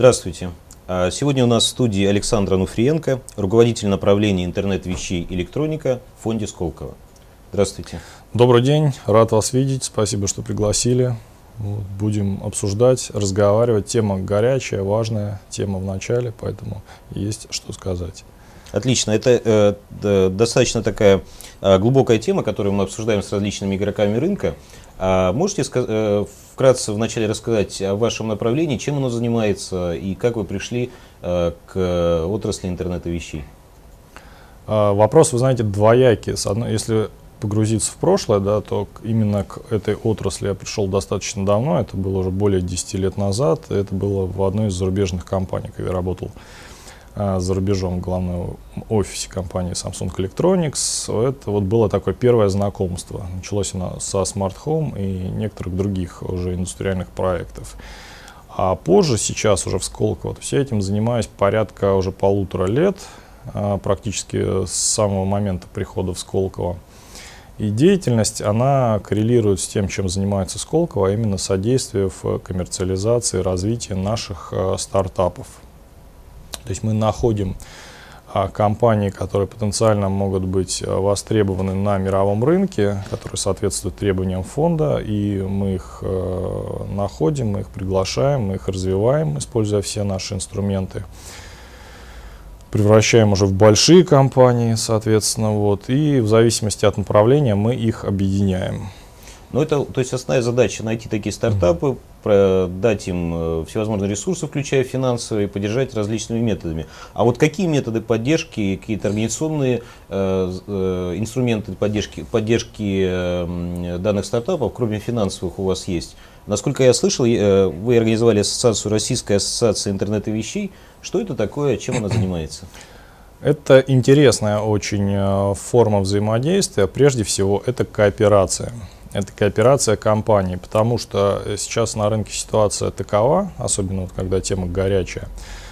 Здравствуйте. Сегодня у нас в студии Александр Ануфриенко, руководитель направления интернет-вещей «Электроника» в фонде Сколково. Здравствуйте. Добрый день, рад вас видеть, спасибо, что пригласили. Будем обсуждать, разговаривать. Тема горячая, важная тема в начале, поэтому есть что сказать. Отлично. Это достаточно такая глубокая тема, которую мы обсуждаем с различными игроками рынка. Можете вкратце вначале рассказать о вашем направлении, чем оно занимается и как вы пришли к отрасли интернета вещей? Вопрос, вы знаете, двоякий. Если погрузиться в прошлое, да, то именно к этой отрасли я пришел достаточно давно, это было уже более 10 лет назад, это было в одной из зарубежных компаний, когда я работал за рубежом в главном офисе компании Samsung Electronics. Это вот было такое первое знакомство. Началось оно со Smart Home и некоторых других уже индустриальных проектов. А позже, сейчас уже в Сколково, все этим занимаюсь порядка уже 1,5 лет, практически с самого момента прихода в Сколково. И деятельность, она коррелирует с тем, чем занимается Сколково, а именно содействие в коммерциализации и развитии наших стартапов. То есть мы находим компании, которые потенциально могут быть востребованы на мировом рынке, которые соответствуют требованиям фонда, и мы их находим, мы их приглашаем, мы их развиваем, используя все наши инструменты. Превращаем уже в большие компании, соответственно, и в зависимости от направления мы их объединяем. Ну, то есть основная задача найти такие стартапы, дать им всевозможные ресурсы, включая финансовые, поддержать различными методами. А вот какие методы поддержки, какие-то организационные инструменты поддержки данных стартапов, кроме финансовых, у вас есть? Насколько я слышал, вы организовали ассоциацию, Российская ассоциация интернета вещей. Что это такое, чем она занимается? Это интересная очень форма взаимодействия. Прежде всего, это кооперация. Это кооперация компаний, потому что сейчас на рынке ситуация такова, особенно когда тема горячая,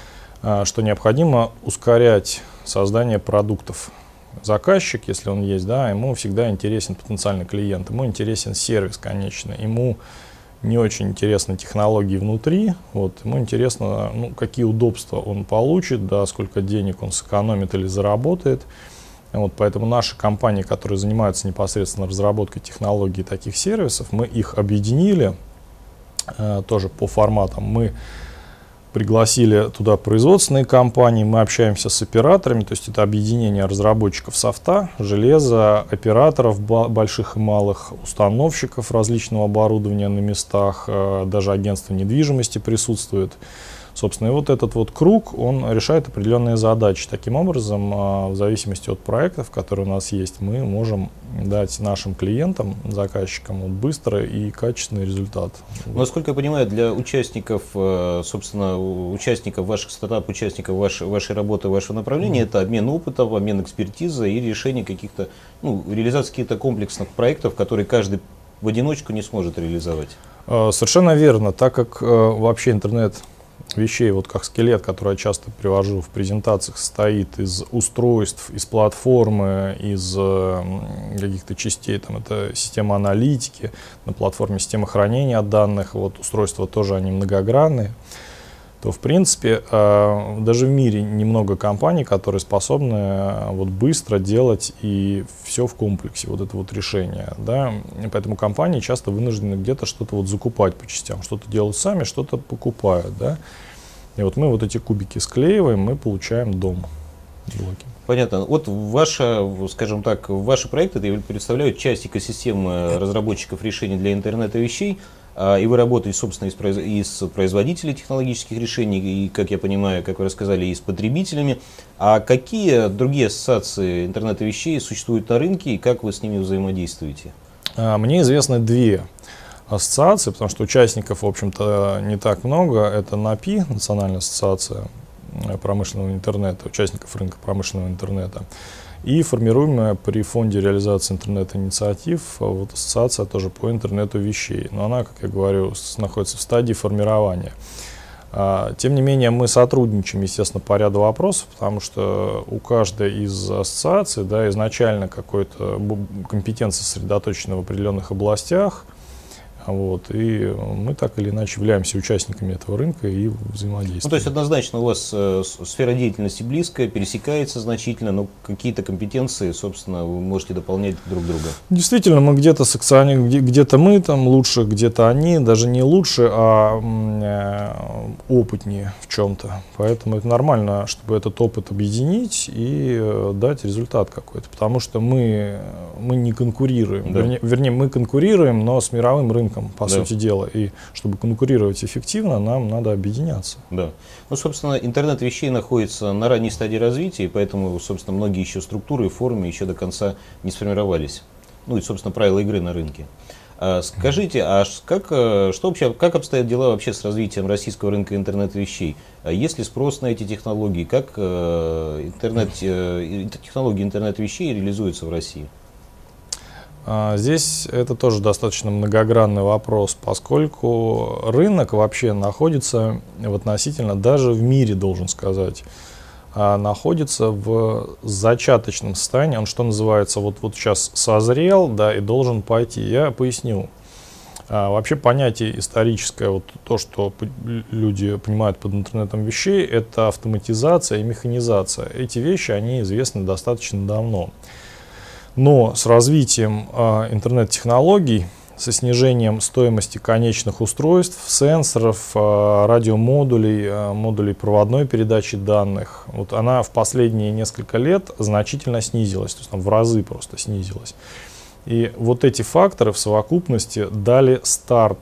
что необходимо ускорять создание продуктов. Заказчик, если он есть, да, ему всегда интересен потенциальный клиент, ему интересен сервис конечный, ему не очень интересны технологии внутри, ему интересно, какие удобства он получит, да, сколько денег он сэкономит или заработает. Поэтому наши компании, которые занимаются непосредственно разработкой технологий таких сервисов, мы их объединили тоже по форматам. Мы пригласили туда производственные компании, мы общаемся с операторами, то есть это объединение разработчиков софта, железа, операторов больших и малых, установщиков различного оборудования на местах, даже агентство недвижимости присутствует. Собственно, и этот круг, он решает определенные задачи. Таким образом, в зависимости от проектов, которые у нас есть, мы можем дать нашим клиентам, заказчикам быстрый и качественный результат. Насколько я понимаю, для участников, собственно, участников ваших стартапов, участников вашей работы, вашего направления, это обмен опытом, обмен экспертизой и решение каких-то, реализация каких-то комплексных проектов, которые каждый в одиночку не сможет реализовать. Совершенно верно, так как вообще интернет вещей, как скелет, который я часто привожу в презентациях, состоит из устройств, из платформы, из каких-то частей, это система аналитики, на платформе система хранения данных, устройства тоже они многогранные, то в принципе даже в мире немного компаний, которые способны быстро делать и все в комплексе, это решение, да? И поэтому компании часто вынуждены где-то что-то закупать по частям, что-то делают сами, что-то покупают, да? И мы эти кубики склеиваем, мы получаем дом. Блоки. Понятно. Скажем так, ваши проекты представляют часть экосистемы разработчиков решений для интернета вещей, и вы работаете, собственно, и с производителями технологических решений, и, как я понимаю, как вы рассказали, и с потребителями. А какие другие ассоциации интернета вещей существуют на рынке, и как вы с ними взаимодействуете? Мне известны две ассоциации, потому что участников, в общем-то, не так много. Это НАПИ, Национальная ассоциация промышленного интернета, участников рынка промышленного интернета, и формируемая при фонде реализации интернет-инициатив ассоциация тоже по интернету вещей. Но она, как я говорю, находится в стадии формирования. Тем не менее, мы сотрудничаем, естественно, по ряду вопросов, потому что у каждой из ассоциаций, да, изначально какой-то компетенция сосредоточена в определенных областях. Вот, и мы так или иначе являемся участниками этого рынка и взаимодействуем. Ну, то есть однозначно у вас сфера деятельности близкая, пересекается значительно, но какие-то компетенции, собственно, вы можете дополнять друг друга. Действительно, мы где-то где-то мы там лучше, где-то они, даже не лучше, а опытнее в чем-то. Поэтому это нормально, чтобы этот опыт объединить и дать результат какой-то. Потому что мы не конкурируем. Да. Вернее, мы конкурируем, но с мировым рынком, по Да. сути дела. И чтобы конкурировать эффективно, нам надо объединяться. Да. Ну, собственно, интернет вещей находится на ранней стадии развития, и поэтому, собственно, многие еще структуры и формы еще до конца не сформировались. Ну и, собственно, правила игры на рынке. Скажите, как обстоят дела вообще с развитием российского рынка интернет-вещей? Есть ли спрос на эти технологии? Как технологии интернет-вещей реализуются в России? Здесь это тоже достаточно многогранный вопрос, поскольку рынок вообще находится даже в мире, должен сказать, находится в зачаточном состоянии. Он, что называется, вот сейчас созрел, да, и должен пойти. Я поясню. Вообще понятие историческое, вот то, что люди понимают под интернетом вещей, это автоматизация и механизация. Эти вещи, они известны достаточно давно. Но с развитием интернет-технологий, со снижением стоимости конечных устройств, сенсоров, радиомодулей, модулей проводной передачи данных, вот она в последние несколько лет значительно снизилась, то есть в разы просто снизилась. И вот эти факторы в совокупности дали старт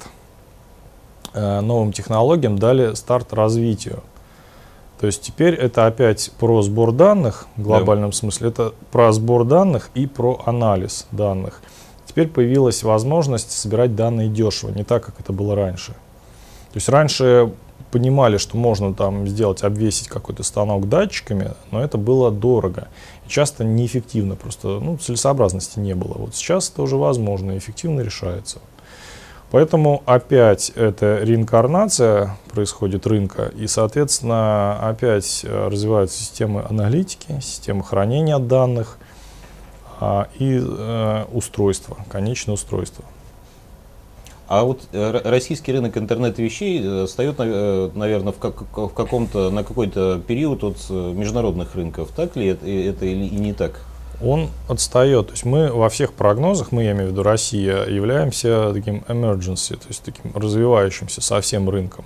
новым технологиям, дали старт развитию. То есть теперь это опять про сбор данных в глобальном смысле, это про сбор данных и про анализ данных. Теперь появилась возможность собирать данные дешево, не так, как это было раньше. То есть раньше понимали, что можно там сделать, обвесить какой-то станок датчиками, но это было дорого. И часто неэффективно, просто целесообразности не было. Вот сейчас это уже возможно, эффективно решается. Поэтому опять это реинкарнация происходит рынка, и, соответственно, опять развиваются системы аналитики, системы хранения данных и устройства, конечное устройство. А вот российский рынок интернет-вещей встает, наверное, на какой-то период от международных рынков. Так ли это или не так? Он отстает. То есть мы во всех прогнозах, я имею в виду Россия, являемся таким emergency, то есть таким развивающимся совсем рынком.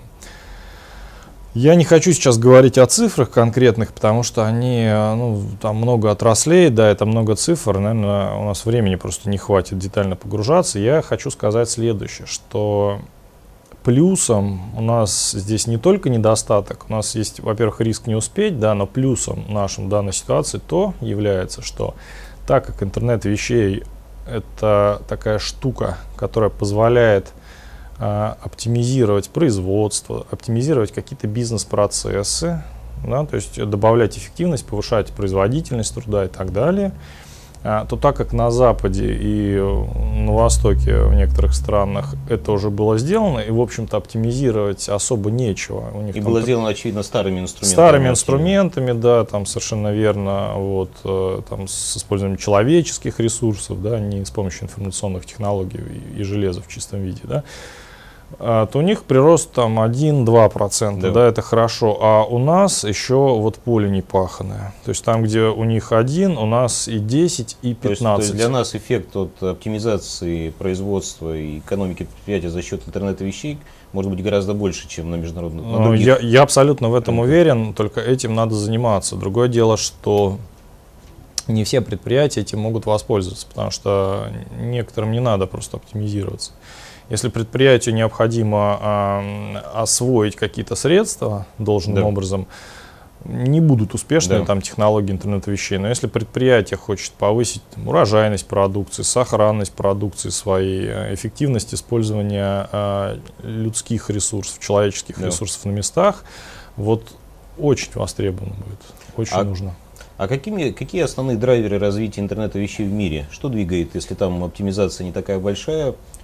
Я не хочу сейчас говорить о цифрах конкретных, потому что они, там много отраслей, да, это много цифр, наверное, у нас времени просто не хватит детально погружаться. Я хочу сказать следующее, что плюсом у нас здесь не только недостаток, у нас есть, во-первых, риск не успеть, да, но плюсом нашим в данной ситуации то является, что так как интернет вещей это такая штука, которая позволяет оптимизировать производство, оптимизировать какие-то бизнес-процессы, да, то есть добавлять эффективность, повышать производительность труда и так далее, то так как на Западе и на Востоке в некоторых странах это уже было сделано, и, в общем-то, оптимизировать особо нечего. У них и было сделано, очевидно, старыми инструментами. Старыми инструментами, да, там совершенно верно, там с использованием человеческих ресурсов, да, не с помощью информационных технологий и железа в чистом виде, да. То у них прирост там 1-2%, да, это хорошо, а у нас еще поле не паханое. То есть там, где у них 1, у нас и 10, и 15. То есть для нас эффект от оптимизации производства и экономики предприятия за счет интернета вещей может быть гораздо больше, чем на международных. Я абсолютно в этом уверен, только этим надо заниматься. Другое дело, что не все предприятия этим могут воспользоваться, потому что некоторым не надо просто оптимизироваться. Если предприятию необходимо освоить какие-то средства должным образом, не будут успешны там технологии интернета вещей. Но если предприятие хочет повысить урожайность продукции, сохранность продукции своей, эффективность использования людских ресурсов, человеческих ресурсов на местах, очень востребовано будет, очень нужно. А какие основные драйверы развития интернета вещей в мире? Что двигает, если там оптимизация не такая большая,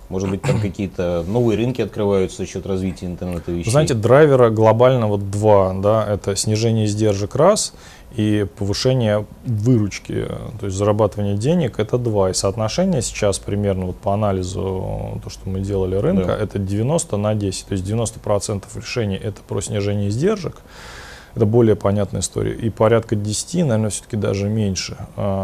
Может быть, там какие-то новые рынки открываются за счет развития интернета вещей? Знаете, драйвера глобально вот два, да, это снижение издержек раз и повышение выручки, то есть зарабатывание денег, это два. И соотношение сейчас примерно вот по анализу, то, что мы делали рынка, Да. это 90 на 10, то есть 90% решений это про снижение издержек. Это более понятная история. И порядка 10, наверное, все-таки даже меньше.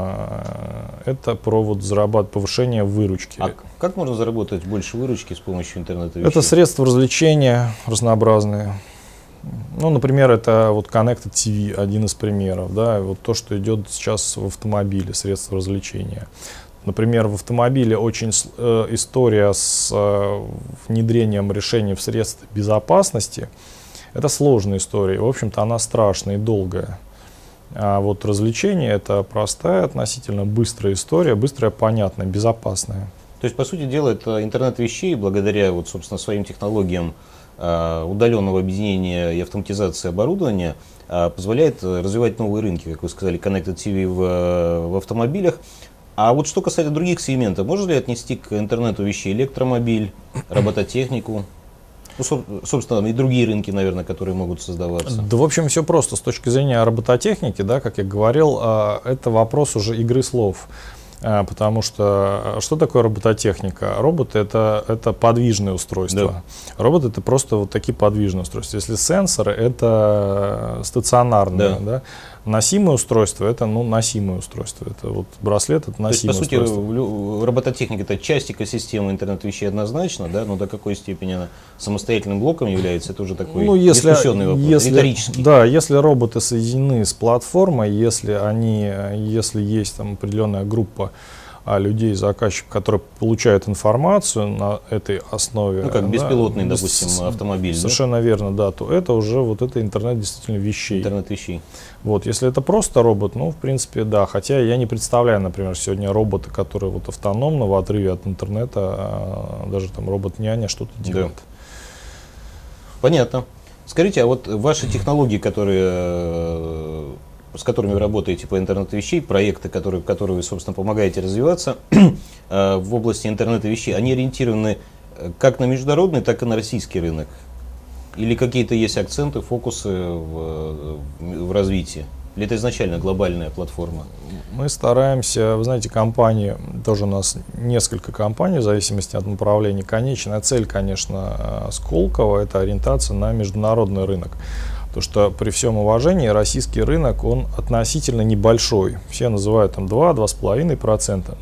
Это про вот повышение выручки. А как можно заработать больше выручки с помощью интернета вещей? Это средства развлечения разнообразные. Ну, например, это вот Connected TV, один из примеров. Да, вот то, что идет сейчас в автомобиле, средства развлечения. Например, в автомобиле очень история с внедрением решений в средства безопасности. Это сложная история, в общем-то она страшная и долгая. А вот развлечение это простая, относительно быстрая история, быстрая, понятная, безопасная. То есть, по сути дела, это интернет вещей, благодаря вот, собственно, своим технологиям удаленного объединения и автоматизации оборудования, позволяет развивать новые рынки, как вы сказали, Connected TV в автомобилях. А вот что касается других сегментов, можно ли отнести к интернету вещей электромобиль, робототехнику? Ну, собственно, и другие рынки, наверное, которые могут создаваться. Да, в общем, все просто. С точки зрения робототехники, да, как я говорил, это вопрос уже игры слов. Потому что что такое робототехника? Робот это подвижное устройство. Да. Робот это просто вот такие подвижные устройства. Если сенсоры это стационарные, да. Носимое устройство это носимое устройство. Это вот браслет это носимое устройство. То есть, по сути, робототехника это часть экосистемы интернет-вещей однозначно, да, но до какой степени она самостоятельным блоком является, это уже такой дискуссионный вопрос, риторический. Да, если роботы соединены с платформой, если есть там определенная группа людей, заказчиков, которые получают информацию на этой основе. Ну, как беспилотный, допустим, автомобиль. Совершенно верно, да, то это уже вот это интернет действительно вещей. Интернет вещей. Вот, если это просто робот, ну, в принципе, да. Хотя я не представляю, например, сегодня роботы, которые вот автономно в отрыве от интернета, даже там робот-няня что-то делает. Да. Понятно. Скажите, а вот ваши технологии, с которыми вы работаете по интернету вещей, проекты, которые вы, собственно, помогаете развиваться в области интернета вещей, они ориентированы как на международный, так и на российский рынок? Или какие-то есть акценты, фокусы в развитии? Или это изначально глобальная платформа? Мы стараемся, вы знаете, компании, тоже у нас несколько компаний, в зависимости от направления. Конечная цель, конечно, Сколково – это ориентация на международный рынок. Потому что при всем уважении российский рынок, он относительно небольшой. Все называют там 2-2,5%.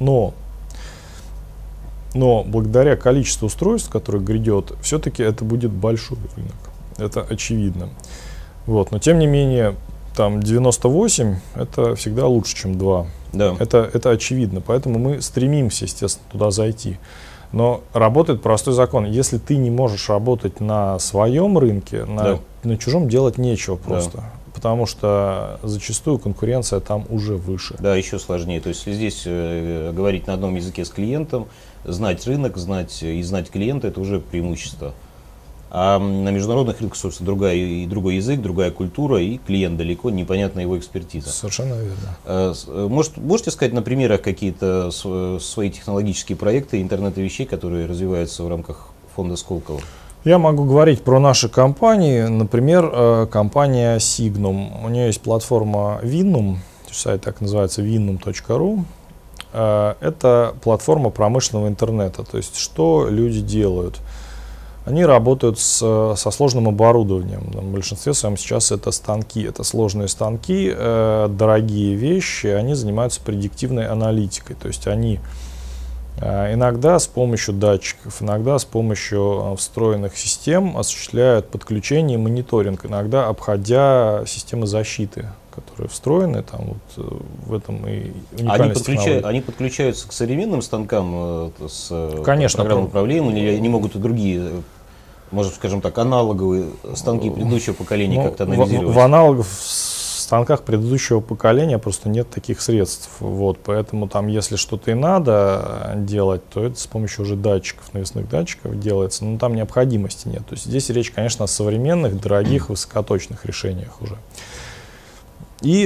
Но благодаря количеству устройств, которые грядет, все-таки это будет большой рынок. Это очевидно. Вот. Но тем не менее, там 98 это всегда лучше, чем 2. Да. Это очевидно. Поэтому мы стремимся, естественно, туда зайти. Но работает простой закон. Если ты не можешь работать на своем рынке, на чужом делать нечего просто. Да. Потому что зачастую конкуренция там уже выше. Да, еще сложнее. То есть, если здесь говорить на одном языке с клиентом, знать рынок, знать клиента, это уже преимущество. А на международных рынках, собственно, другой язык, другая культура, и клиент далеко, непонятна его экспертиза. Совершенно верно. Можете сказать на примерах какие-то свои технологические проекты интернета вещей, которые развиваются в рамках фонда Сколково? Я могу говорить про наши компании. Например, компания Signum. У нее есть платформа Vinum, сайт так называется vinum.ru. Это платформа промышленного интернета. То есть, что люди делают? Они работают со сложным оборудованием. В большинстве своем сейчас это станки, это сложные станки, дорогие вещи. Они занимаются предиктивной аналитикой. То есть они иногда с помощью датчиков, иногда с помощью встроенных систем осуществляют подключение и мониторинг, иногда обходя системы защиты, которые встроены там вот в этом и уникальность технологии. Они подключаются к современным станкам с Конечно, программным управлением, или они могут и другие, может, скажем так, аналоговые станки предыдущего поколения как-то анализировать? В аналоговых станках предыдущего поколения просто нет таких средств. Вот, поэтому там, если что-то и надо делать, то это с помощью уже датчиков, навесных датчиков делается, но там необходимости нет. То есть здесь речь, конечно, о современных, дорогих, высокоточных решениях уже. И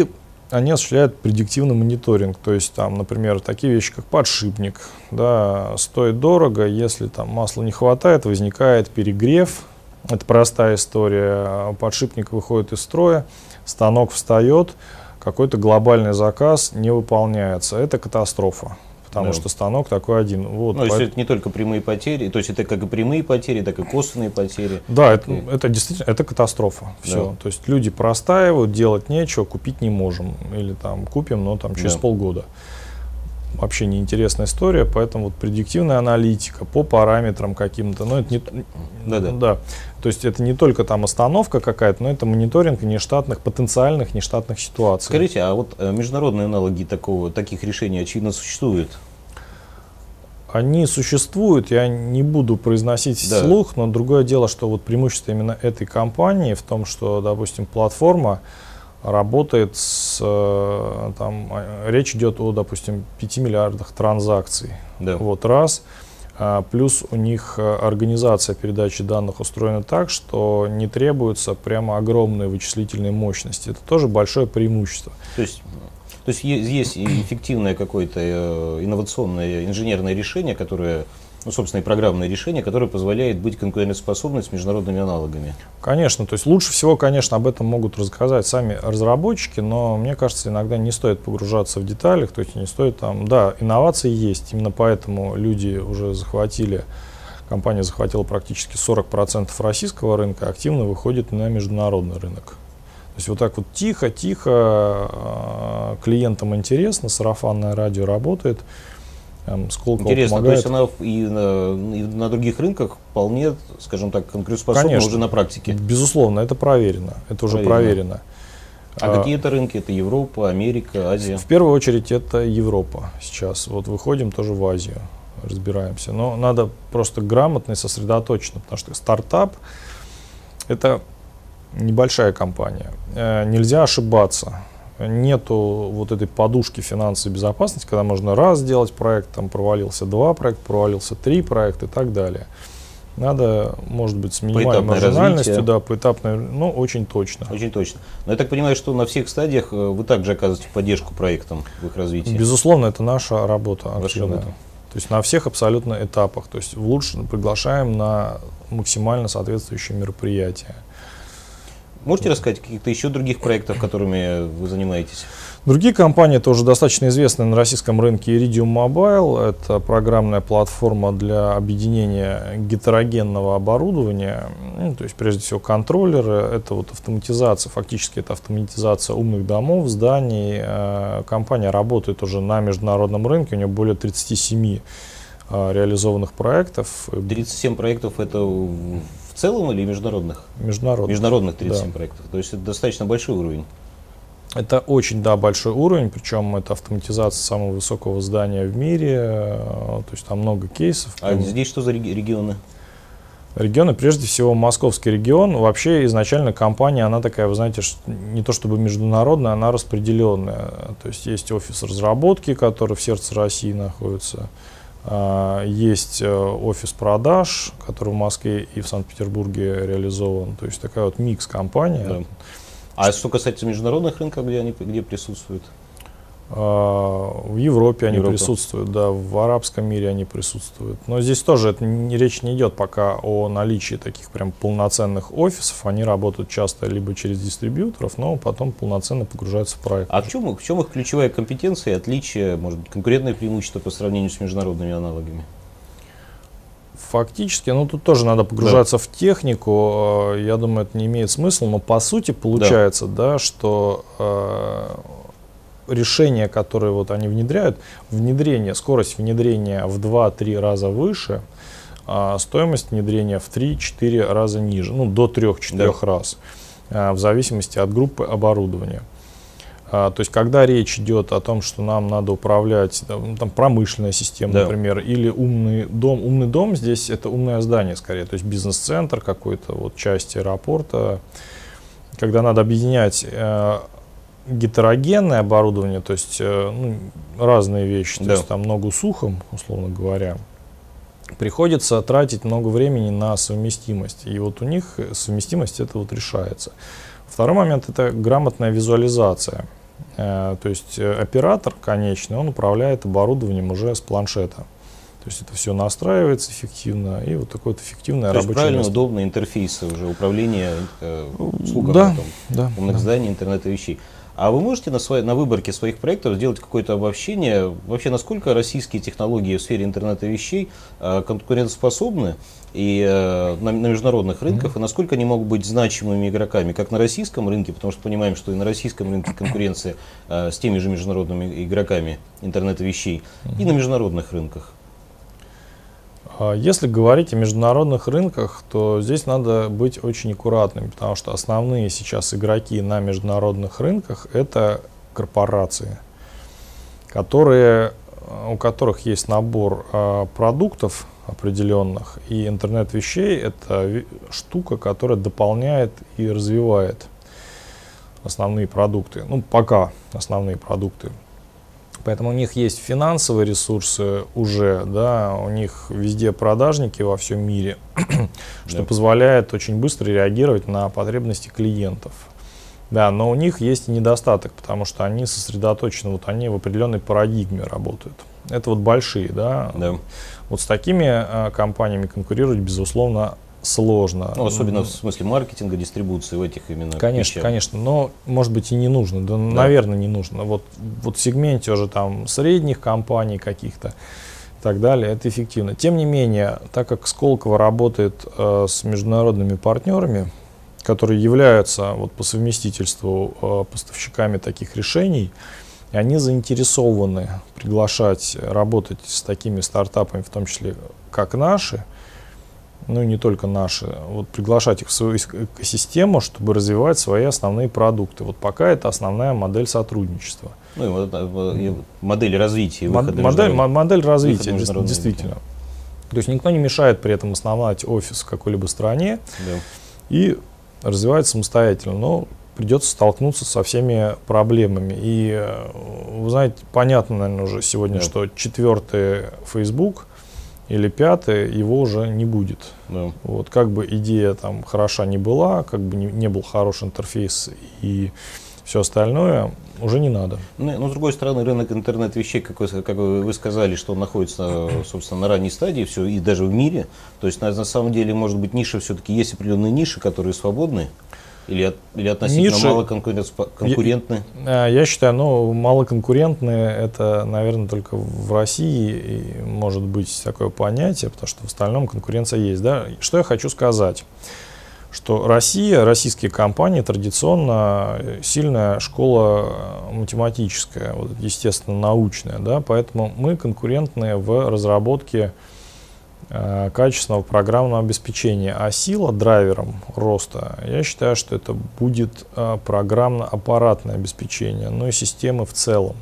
они осуществляют предиктивный мониторинг. То есть, там, например, такие вещи, как подшипник, да, стоит дорого, если там масла не хватает, возникает перегрев. Это простая история. Подшипник выходит из строя, станок встает, какой-то глобальный заказ не выполняется. Это катастрофа. Потому что станок такой один. Вот, если это не только прямые потери, то есть это как и прямые потери, так и косвенные потери. Да, это действительно это катастрофа. Все. Да. То есть люди простаивают, делать нечего, купить не можем. Или там купим, но там через полгода. Вообще неинтересная история, поэтому вот предиктивная аналитика по параметрам каким-то, но это не, да. То есть это не только там остановка какая-то, но это мониторинг потенциальных нештатных ситуаций. Скажите, а вот международные аналоги таких решений, очевидно, существуют? Они существуют, я не буду произносить вслух, но другое дело, что вот преимущество именно этой компании в том, что, допустим, платформа работает речь идет о, допустим, 5 миллиардах транзакций. Да. Вот раз. Плюс у них организация передачи данных устроена так, что не требуются прямо огромные вычислительные мощности. Это тоже большое преимущество. То есть есть эффективное какое-то инновационное инженерное решение, которое, собственно, и программное решение, которое позволяет быть конкурентоспособным с международными аналогами. Конечно, то есть лучше всего, конечно, об этом могут рассказать сами разработчики, но мне кажется, иногда не стоит погружаться в детали, то есть не стоит там, да, инновации есть, именно поэтому люди уже компания захватила практически 40% российского рынка, активно выходит на международный рынок. То есть вот так вот тихо-тихо клиентам интересно, сарафанное радио работает. Интересно, помогает. То есть она и на других рынках вполне, скажем так, конкурентоспособна уже на практике? Безусловно, это проверено, это уже проверено. А какие это рынки? Это Европа, Америка, Азия? В первую очередь это Европа сейчас. Вот выходим тоже в Азию, разбираемся. Но надо просто грамотно и сосредоточенно, потому что стартап – это небольшая компания. Нельзя ошибаться. Нету вот этой подушки финансовой безопасности, когда можно раз сделать проект, там провалился 2 проекта, провалился 3 проекта и так далее. Надо, может быть, с минимальной маржинальностью, да, поэтапно, но очень точно. Очень точно. Но я так понимаю, что на всех стадиях вы также оказываете поддержку проектам в их развитии? Безусловно, это наша работа. Ваша работа. То есть на всех абсолютно этапах. То есть приглашаем на максимально соответствующие мероприятия. Можете рассказать о каких-то еще других проектах, которыми вы занимаетесь? Другие компании тоже достаточно известны на российском рынке. Iridium Mobile – это программная платформа для объединения гетерогенного оборудования. То есть, прежде всего, контроллеры. Это вот автоматизация, фактически это автоматизация умных домов, зданий. Компания работает уже на международном рынке, у нее более 37 реализованных проектов. 37 проектов – это в целом или международных? Международных. Международных 37 проектов. То есть это достаточно большой уровень. Это очень, да, большой уровень, причем это автоматизация самого высокого здания в мире, то есть там много кейсов. А здесь что за регионы? Регионы, прежде всего, московский регион. Вообще изначально компания, она такая, вы знаете, не то чтобы международная, она распределенная. То есть есть офис разработки, который в сердце России находится. Есть офис продаж, который в Москве и в Санкт-Петербурге реализован. То есть такая вот микс-компания. Да. А что касается международных рынков, где присутствуют? В Европе они присутствуют, да, в арабском мире они присутствуют. Но здесь тоже речь не идет пока о наличии таких прям полноценных офисов. Они работают часто либо через дистрибьюторов, но потом полноценно погружаются в проект. А в чем их ключевая компетенция и отличие, может быть, конкурентное преимущество по сравнению с международными аналогами? Фактически, тут тоже надо погружаться в технику, я думаю, это не имеет смысла, но по сути получается, что решения, которые вот они внедряют, скорость внедрения в 2-3 раза выше, а стоимость внедрения в 3-4 раза ниже, до 3-4 раз, в зависимости от группы оборудования. То есть, когда речь идет о том, что нам надо управлять там, промышленная система, например, или умный дом здесь это умное здание скорее, то есть бизнес-центр какой-то, вот часть аэропорта, когда надо объединять гетерогенное оборудование, то есть разные вещи, то есть там ногу с ухом, условно говоря, приходится тратить много времени на совместимость, и вот у них совместимость это вот решается. Второй момент – это грамотная визуализация. То есть оператор конечный, он управляет оборудованием уже с планшета. То есть это все настраивается эффективно, и вот такое вот эффективное рабочее место. правильно, удобные интерфейсы уже управления услугами, да, умных зданий, интернета вещей. А вы можете на выборке своих проектов сделать какое-то обобщение, вообще насколько российские технологии в сфере интернета вещей конкурентоспособны и на международных рынках, и насколько они могут быть значимыми игроками, как на российском рынке, потому что понимаем, что и на российском рынке конкуренция с теми же международными игроками интернета вещей, и на международных рынках. Если говорить о международных рынках, то здесь надо быть очень аккуратным, потому что основные сейчас игроки на международных рынках — это корпорации, у которых есть набор продуктов определенных, и интернет вещей — это штука, которая дополняет и развивает основные продукты, ну пока основные продукты. Поэтому у них есть финансовые ресурсы уже, да, у них везде продажники во всем мире, что позволяет очень быстро реагировать на потребности клиентов. Да, но у них есть и недостаток, потому что они сосредоточены, вот они в определенной парадигме работают. Это вот большие, да. Вот с такими компаниями конкурировать, безусловно, сложно. Ну, особенно в смысле маркетинга, дистрибуции в этих именно Конечно, вещах. конечно, но может быть и не нужно, да. Наверное, не нужно. Вот в сегменте уже там средних компаний каких-то и так далее, это эффективно. Тем не менее, так как Сколково работает с международными партнерами, которые являются вот по совместительству поставщиками таких решений, и они заинтересованы приглашать, работать с такими стартапами, в том числе как наши, ну и не только наши, вот приглашать их в свою экосистему, чтобы развивать свои основные продукты. Вот пока это основная модель сотрудничества. Ну и модель развития, модель развития, действительно. То есть никто не мешает при этом основать офис в какой-либо стране и развивать самостоятельно, но придется столкнуться со всеми проблемами. И вы знаете, понятно, наверное, уже сегодня, что 4-й Facebook или 5-й, его уже не будет. Вот, как бы идея там хороша не была, как бы не был хороший интерфейс и все остальное, уже не надо. Но с другой стороны, рынок интернет-вещей, как вы сказали, что он находится, собственно, на ранней стадии, все, и даже в мире. То есть, на самом деле, может быть, ниша все-таки есть определенные ниши, которые свободны. Или относительно малоконкурентны? Я считаю, малоконкурентные — это, наверное, только в России и может быть такое понятие, потому что в остальном конкуренция есть. Да? Что я хочу сказать? Что российские компании традиционно сильная школа математическая, вот, естественно, научная, да? Поэтому мы конкурентны в разработке качественного программного обеспечения, а сила драйвером роста, я считаю, что это будет программно-аппаратное обеспечение, ну и системы в целом.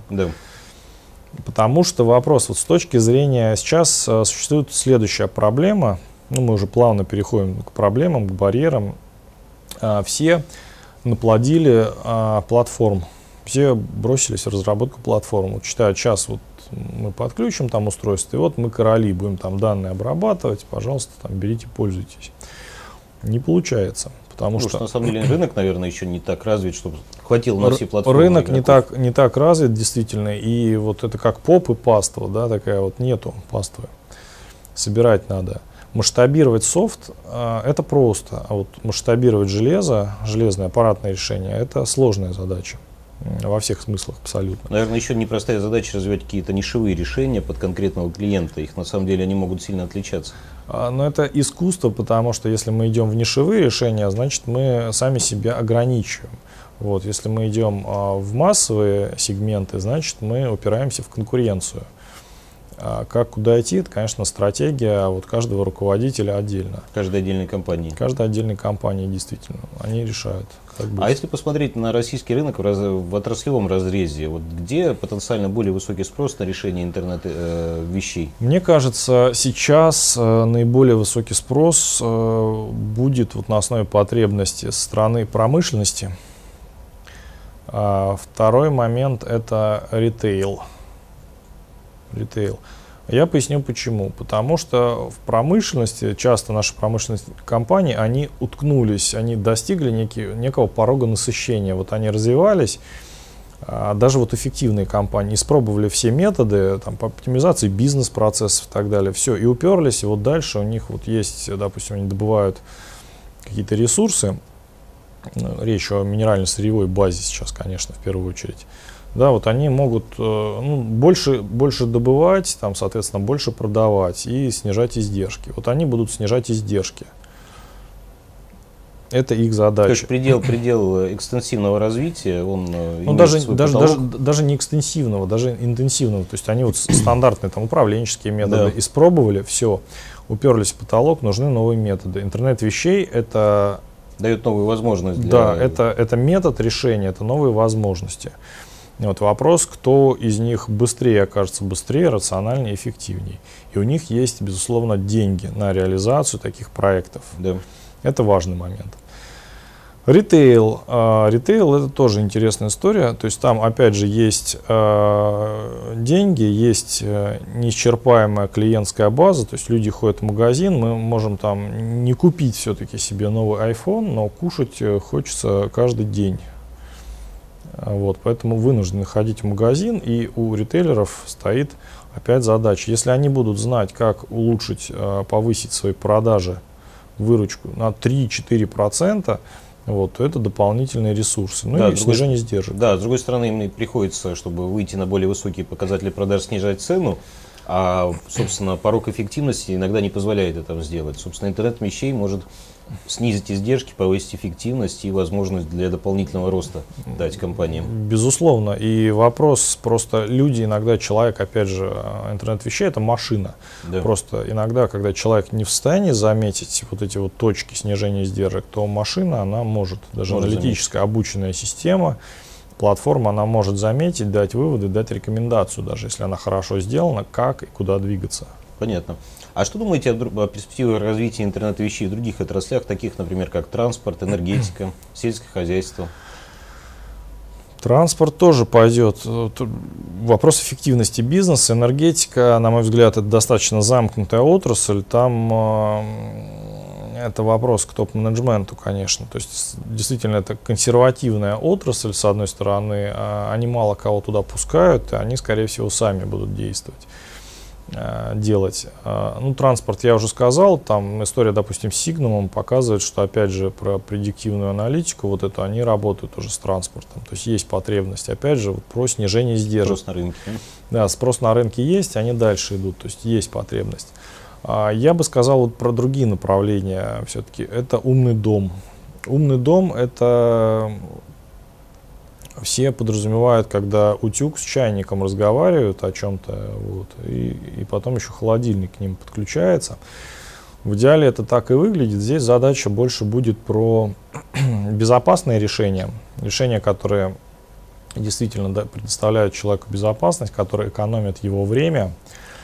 Потому что вопрос, вот с точки зрения, сейчас существует следующая проблема, мы уже плавно переходим к проблемам, к барьерам. Все наплодили платформ, все бросились в разработку платформ. Вот считаю, сейчас вот мы подключим там устройство, и вот мы короли, будем там данные обрабатывать, пожалуйста, там берите, пользуйтесь. Не получается, потому что на самом деле рынок, наверное, еще не так развит, чтобы хватило на все платформы. Рынок не так развит, действительно, и вот это как поп и паства, да, такая вот нету паствы. Собирать надо. Масштабировать софт это просто, а вот масштабировать железное аппаратное решение — это сложная задача. Во всех смыслах абсолютно. Наверное, еще непростая задача развивать какие-то нишевые решения под конкретного клиента. Их на самом деле они могут сильно отличаться. Но это искусство, потому что если мы идем в нишевые решения, значит мы сами себя ограничиваем. Вот, если мы идем в массовые сегменты, значит мы упираемся в конкуренцию. Как куда идти, это, конечно, стратегия вот каждого руководителя отдельно. Каждой отдельной компании. Каждой отдельной компании, действительно. Они решают. А если посмотреть на российский рынок в отраслевом разрезе, вот где потенциально более высокий спрос на решение интернет-вещей? Мне кажется, сейчас наиболее высокий спрос будет вот на основе потребности со стороны промышленности. Второй момент — это ритейл. Я поясню почему. Потому что в промышленности, часто наши промышленные компании, они уткнулись, они достигли некого порога насыщения. Вот они развивались, даже вот эффективные компании испробовали все методы там, по оптимизации бизнес-процессов и так далее, все, и уперлись, и вот дальше у них вот есть, допустим, они добывают какие-то ресурсы, речь о минерально-сырьевой базе сейчас, конечно, в первую очередь, да, вот они могут больше добывать, там, соответственно, больше продавать и снижать издержки. Вот они будут снижать издержки. Это их задача. То есть предел экстенсивного развития, он даже не экстенсивного, даже интенсивного. То есть они вот стандартные там, управленческие методы испробовали, все, уперлись в потолок, нужны новые методы. Интернет вещей это дает новую возможность. Да, это метод решения, это новые возможности. Вот вопрос, кто из них быстрее окажется быстрее, рациональнее, эффективнее. И у них есть, безусловно, деньги на реализацию таких проектов. Да. Это важный момент. Ритейл. Ритейл это тоже интересная история. То есть там опять же есть деньги, есть неисчерпаемая клиентская база. То есть люди ходят в магазин, мы можем там не купить все-таки себе новый iPhone, но кушать хочется каждый день. Вот, поэтому вынуждены ходить в магазин, и у ритейлеров стоит опять задача. Если они будут знать, как улучшить, повысить свои продажи, выручку на 3-4%, вот, то это дополнительные ресурсы. Ну и снижение издержек. Да, с другой стороны, им приходится, чтобы выйти на более высокие показатели продаж, снижать цену, а, собственно, порог эффективности иногда не позволяет это сделать. Собственно, интернет вещей может снизить издержки, повысить эффективность и возможность для дополнительного роста дать компаниям. Безусловно. И вопрос просто люди, иногда человек, опять же, интернет вещей это машина. Да. Просто иногда, когда человек не в состоянии заметить вот эти вот точки снижения издержек, то машина, она может, даже аналитическая обученная система, платформа, она может заметить, дать выводы, дать рекомендацию, даже если она хорошо сделана, как и куда двигаться. Понятно. А что думаете о перспективах развития интернета вещей в других отраслях, таких, например, как транспорт, энергетика, сельское хозяйство? Tранспорт тоже пойдет. Вопрос эффективности бизнеса, энергетика, на мой взгляд, это достаточно замкнутая отрасль. Там это вопрос к топ-менеджменту, конечно. То есть действительно это консервативная отрасль, с одной стороны. Они мало кого туда пускают, и они, скорее всего, сами будут действовать. Делать. Ну, транспорт я уже сказал, там история, допустим, с Signum показывает, что, опять же, про предиктивную аналитику, вот эту, они работают уже с транспортом, то есть есть потребность, опять же, вот, про снижение издержек. Спрос на рынке. Да, спрос на рынке есть, они дальше идут, то есть есть потребность. Я бы сказал вот про другие направления, все-таки, это умный дом. Умный дом — это все подразумевают, когда утюг с чайником разговаривают о чем-то, вот, и потом еще холодильник к ним подключается. В идеале это так и выглядит. Здесь задача больше будет про безопасные решения. Решения, которые действительно предоставляют человеку безопасность, которые экономят его время.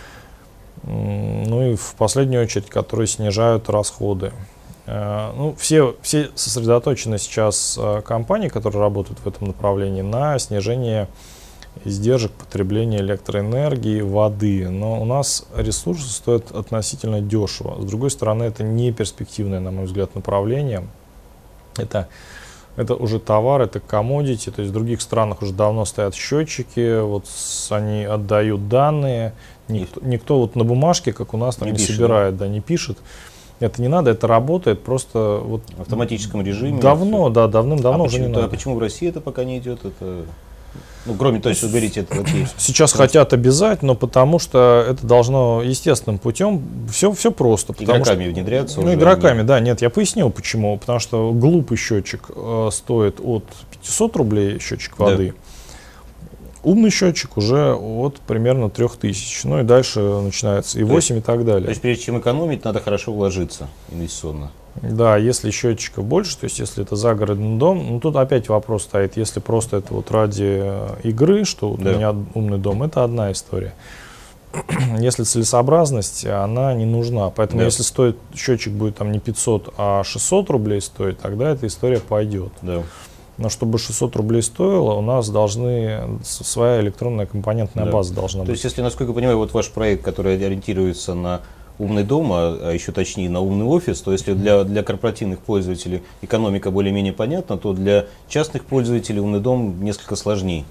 Ну и в последнюю очередь, которые снижают расходы. Ну, все сосредоточены сейчас компании, которые работают в этом направлении, на снижение издержек потребления электроэнергии, воды. Но у нас ресурсы стоят относительно дешево. С другой стороны, это не перспективное, на мой взгляд, направление. Это уже товар, это commodity. То есть в других странах уже давно стоят счетчики, вот они отдают данные. Никто вот на бумажке, как у нас, там не собирает, да, не пишет. Это не надо, это работает просто вот в автоматическом режиме. Давно, да, давным-давно уже не надо. А почему в России это пока не идет? Это, ну, кроме того, что вы говорите, это окей. Сейчас хотят обязать, но потому что это должно естественным путем, все просто. Игроками внедряться? Ну, игроками, да, нет, я пояснил почему. Потому что глупый счетчик стоит от 500 рублей, счетчик воды. Да. Умный счетчик уже от примерно 3000, ну и дальше начинается и 8 и так далее. То есть прежде чем экономить, надо хорошо вложиться инвестиционно. Да, если счетчиков больше, то есть если это загородный дом, ну тут опять вопрос стоит, если просто это вот ради игры, что вот у меня умный дом, это одна история. Если целесообразность, она не нужна, поэтому если стоит счетчик будет там не 500, а 600 рублей стоит, тогда эта история пойдет. Да. Но чтобы 600 рублей стоило, у нас своя электронная компонентная база должна быть. То есть, если, насколько я понимаю, вот ваш проект, который ориентируется на умный дом, а еще точнее на умный офис, то если для корпоративных пользователей экономика более-менее понятна, то для частных пользователей умный дом несколько сложнее.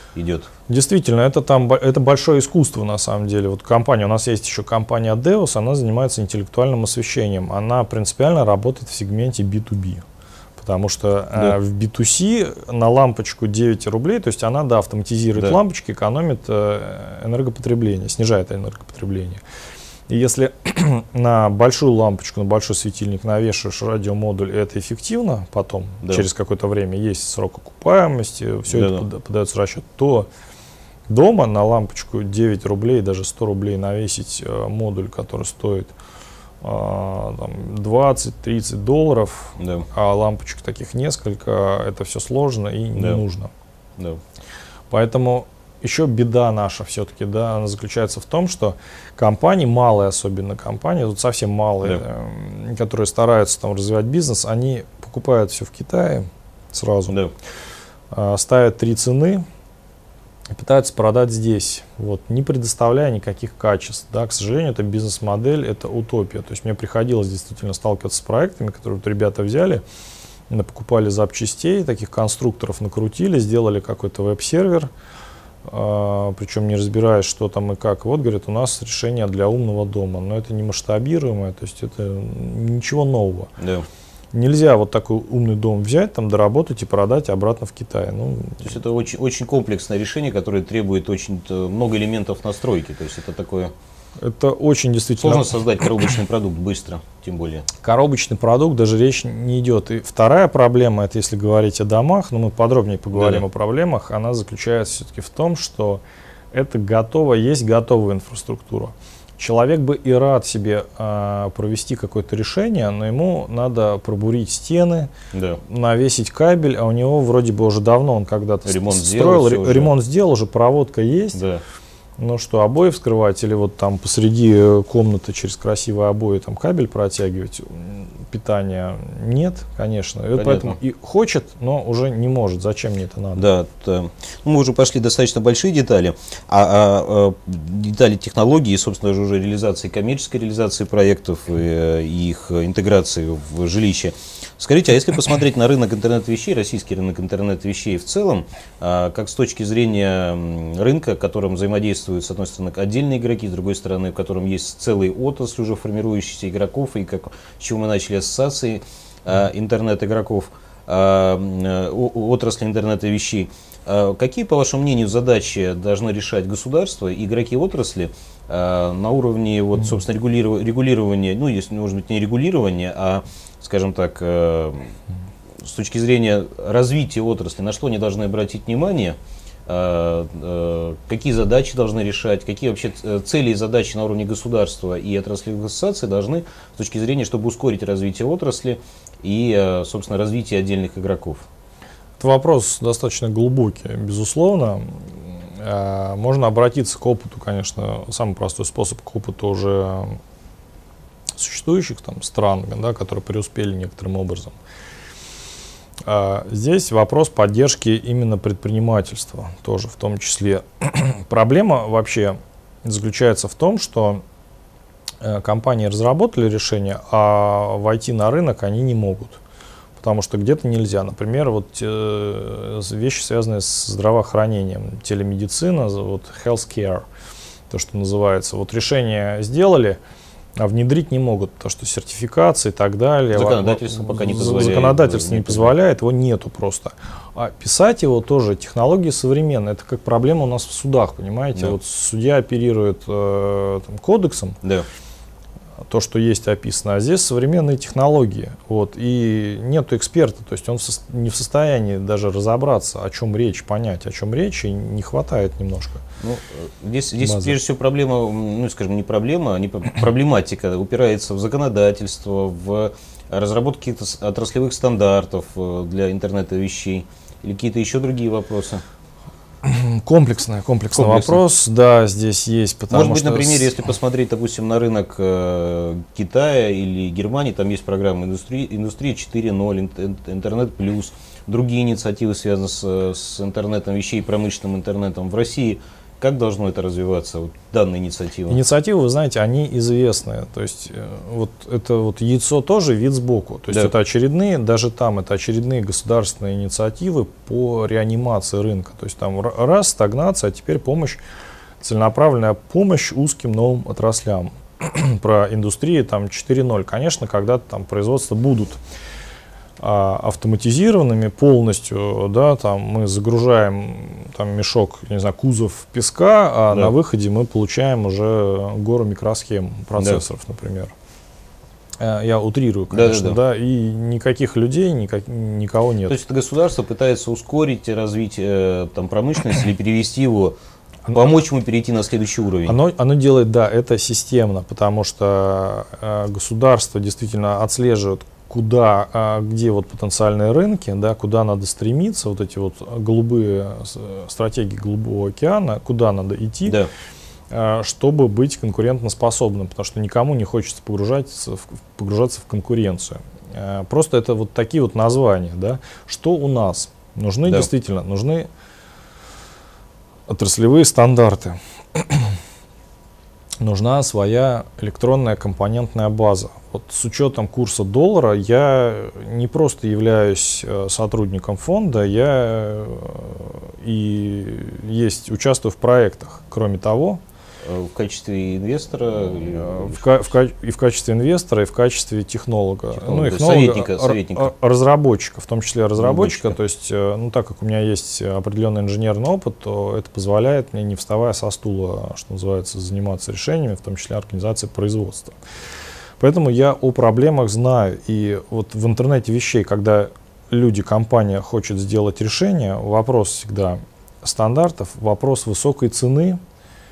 идет. Действительно, это большое искусство на самом деле. Вот компания, у нас есть еще компания Deus, она занимается интеллектуальным освещением. Она принципиально работает в сегменте B2B. Потому что в B2C на лампочку 9 рублей, то есть она автоматизирует лампочки, экономит энергопотребление, снижает энергопотребление. И если на большую лампочку, на большой светильник навешиваешь радиомодуль, и это эффективно потом, через какое-то время, есть срок окупаемости, все это подается в расчет, то дома на лампочку 9 рублей, даже 100 рублей навесить модуль, который стоит 20-30 долларов, а лампочек таких несколько, это все сложно и не нужно. Поэтому еще беда наша все-таки, она заключается в том, что компании, малые особенно компании, тут совсем малые, которые стараются там развивать бизнес, они покупают все в Китае сразу, ставят 3 цены и пытаются продать здесь, не предоставляя никаких качеств. К сожалению, это бизнес-модель, это утопия. То есть мне приходилось действительно сталкиваться с проектами, которые ребята взяли, покупали запчастей, таких конструкторов накрутили, сделали какой-то веб-сервер, причем не разбираясь, что там и как. Вот, говорят, у нас решение для умного дома, но это не масштабируемое, то есть это ничего нового. Нельзя вот такой умный дом взять, доработать и продать обратно в Китай. То есть это очень, очень комплексное решение, которое требует очень много элементов настройки. То есть это такое... Это очень действительно... Сложно создать коробочный продукт быстро, тем более. Коробочный продукт, даже речь не идет. И вторая проблема, это если говорить о домах, но мы подробнее поговорим о проблемах, она заключается все-таки в том, что это есть готовая инфраструктура. Человек бы и рад себе провести какое-то решение, но ему надо пробурить стены, навесить кабель, а у него вроде бы уже давно он когда-то строил, ремонт сделал, уже проводка есть. Ну что, обои вскрывать или посреди комнаты через красивые обои кабель протягивать, питания нет, конечно. Поэтому и хочет, но уже не может. Зачем мне это надо? Мы уже пошли достаточно большие детали, детали технологий, собственно, уже реализации, коммерческой реализации проектов и их интеграции в жилище. Скажите, а если посмотреть на рынок интернет-вещей, российский рынок интернет-вещей в целом, как с точки зрения рынка, которым взаимодействуют, с одной стороны, отдельные игроки, с другой стороны, в котором есть целые отрасли уже формирующихся игроков, и с чего мы начали ассоциации интернет-игроков, отрасли интернета вещей, какие, по вашему мнению, задачи должны решать государство и игроки отрасли на уровне, собственно, регулирования, если, может быть, не регулирования, а, скажем так, с точки зрения развития отрасли, на что они должны обратить внимание, какие задачи должны решать, какие вообще цели и задачи на уровне государства и отраслевых ассоциаций должны, с точки зрения, чтобы ускорить развитие отрасли и, собственно, развитие отдельных игроков? Это вопрос достаточно глубокий, безусловно. Можно обратиться к опыту, конечно, самый простой способ к опыту уже существующих стран, которые преуспели некоторым образом. Здесь вопрос поддержки именно предпринимательства, тоже в том числе. Проблема вообще заключается в том, что компании разработали решение, а войти на рынок они не могут. Потому что где-то нельзя. Например, вещи, связанные с здравоохранением, телемедицина, healthcare, то, что называется. Решение сделали, а внедрить не могут, потому что сертификация и так далее. Законодательство пока не позволяет. Законодательство не позволяет, его нету просто. А писать его тоже, технологии современные. Это как проблема у нас в судах, понимаете? Судья оперирует кодексом. То, что есть описано, а здесь современные технологии, и нету эксперта, то есть он не в состоянии даже разобраться, о чем речь, понять, о чем речь, и не хватает немножко. Здесь прежде всего проблема, не проблема, а проблематика упирается в законодательство, в разработку каких-то отраслевых стандартов для интернета вещей или какие-то еще другие вопросы. Комплексный вопрос, здесь есть. Может быть, например, если посмотреть, допустим, на рынок Китая или Германии, там есть программа индустрия 4.0, интернет плюс, другие инициативы связаны с интернетом вещей, промышленным интернетом. В России как должно это развиваться, вот, данная инициатива? Инициативы, вы знаете, они известны. То есть вот это вот яйцо тоже вид сбоку. То есть это очередные, даже там это очередные государственные инициативы по реанимации рынка. То есть там раз стагнация, а теперь помощь, целенаправленная помощь узким новым отраслям. Про индустрию там 4.0. Конечно, когда-то там производства будут автоматизированными полностью, да, там мы загружаем там мешок, не знаю, кузов песка, а на выходе мы получаем уже гору микросхем процессоров, например. Я утрирую, конечно, да, и никаких людей, никого нет. То есть это государство пытается ускорить развитие там промышленности или перевести его, помочь ему перейти на следующий уровень? Оно делает, да, это системно, потому что государство действительно отслеживает, где вот потенциальные рынки, да, куда надо стремиться, вот эти вот стратегии голубого океана, куда надо идти, чтобы быть конкурентоспособным, потому что никому не хочется погружаться в конкуренцию. Просто это вот такие вот названия, да. Что у нас? Действительно, нужны отраслевые стандарты. Нужна своя электронная компонентная база. Вот с учетом курса доллара я не просто являюсь сотрудником фонда, я участвую в проектах. Кроме того, в качестве инвестора? И в качестве инвестора, и в качестве технолога. Советника. Разработчика, в том числе разработчика. То есть, так как у меня есть определенный инженерный опыт, то это позволяет мне, не вставая со стула, что называется, заниматься решениями, в том числе организации производства. Поэтому я о проблемах знаю. И вот в интернете вещей, когда компания хочет сделать решение, вопрос всегда стандартов, вопрос высокой цены,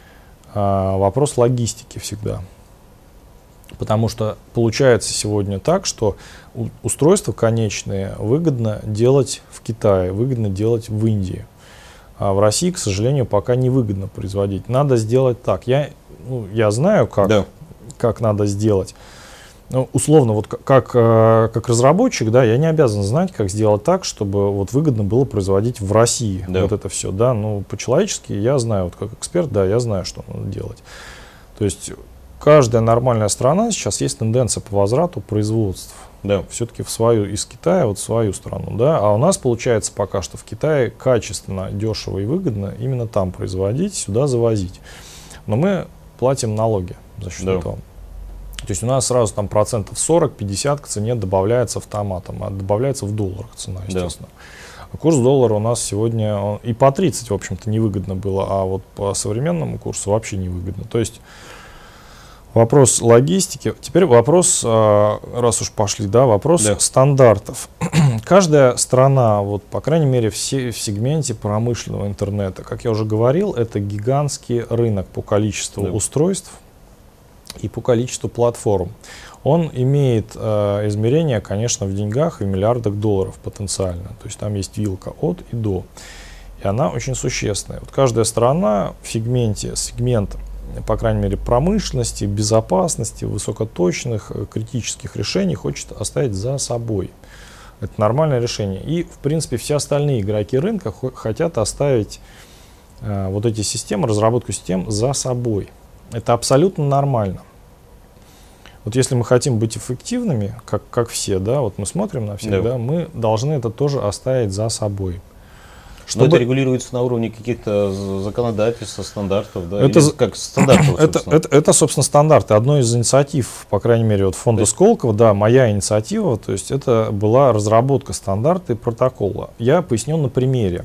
вопрос логистики всегда. Потому что получается сегодня так, что устройства конечные выгодно делать в Китае, выгодно делать в Индии. А в России, к сожалению, пока не выгодно производить. Надо сделать так. Я знаю, как надо сделать. Условно, вот как разработчик, да, я не обязан знать, как сделать так, чтобы вот выгодно было производить в России вот это все, да, по-человечески я знаю, вот как эксперт, да, я знаю, что надо делать. То есть каждая нормальная страна сейчас есть тенденция по возврату производств, все-таки из Китая в свою страну, да, а у нас получается пока что в Китае качественно, дешево и выгодно именно там производить, сюда завозить, но мы платим налоги за счет этого. То есть у нас сразу там 40-50% к цене добавляется автоматом, а добавляется в долларах цена, естественно. А курс доллара у нас сегодня и по 30, в общем-то, невыгодно было, а вот по современному курсу вообще невыгодно. То есть вопрос логистики. Теперь вопрос, раз уж пошли, вопрос стандартов. Каждая страна, вот, по крайней мере, в сегменте промышленного интернета, как я уже говорил, это гигантский рынок по количеству устройств и по количеству платформ. Он имеет измерения, конечно, в деньгах и миллиардах долларов потенциально. То есть там есть вилка от и до. И она очень существенная. Вот каждая страна в сегмент, по крайней мере, промышленности, безопасности, высокоточных, критических решений хочет оставить за собой. Это нормальное решение. И, в принципе, все остальные игроки рынка хотят оставить вот эти системы, разработку систем за собой. Это абсолютно нормально. Вот если мы хотим быть эффективными, как все, да, вот мы смотрим на всех, да, мы должны это тоже оставить за собой. Чтобы... Но это регулируется на уровне каких-то законодательств, стандартов, да? Это, как стандартов, это, собственно, стандарты. Одной из инициатив, по крайней мере, вот фонда Сколково, да, моя инициатива, то есть это была разработка стандарта и протокола. Я поясню на примере.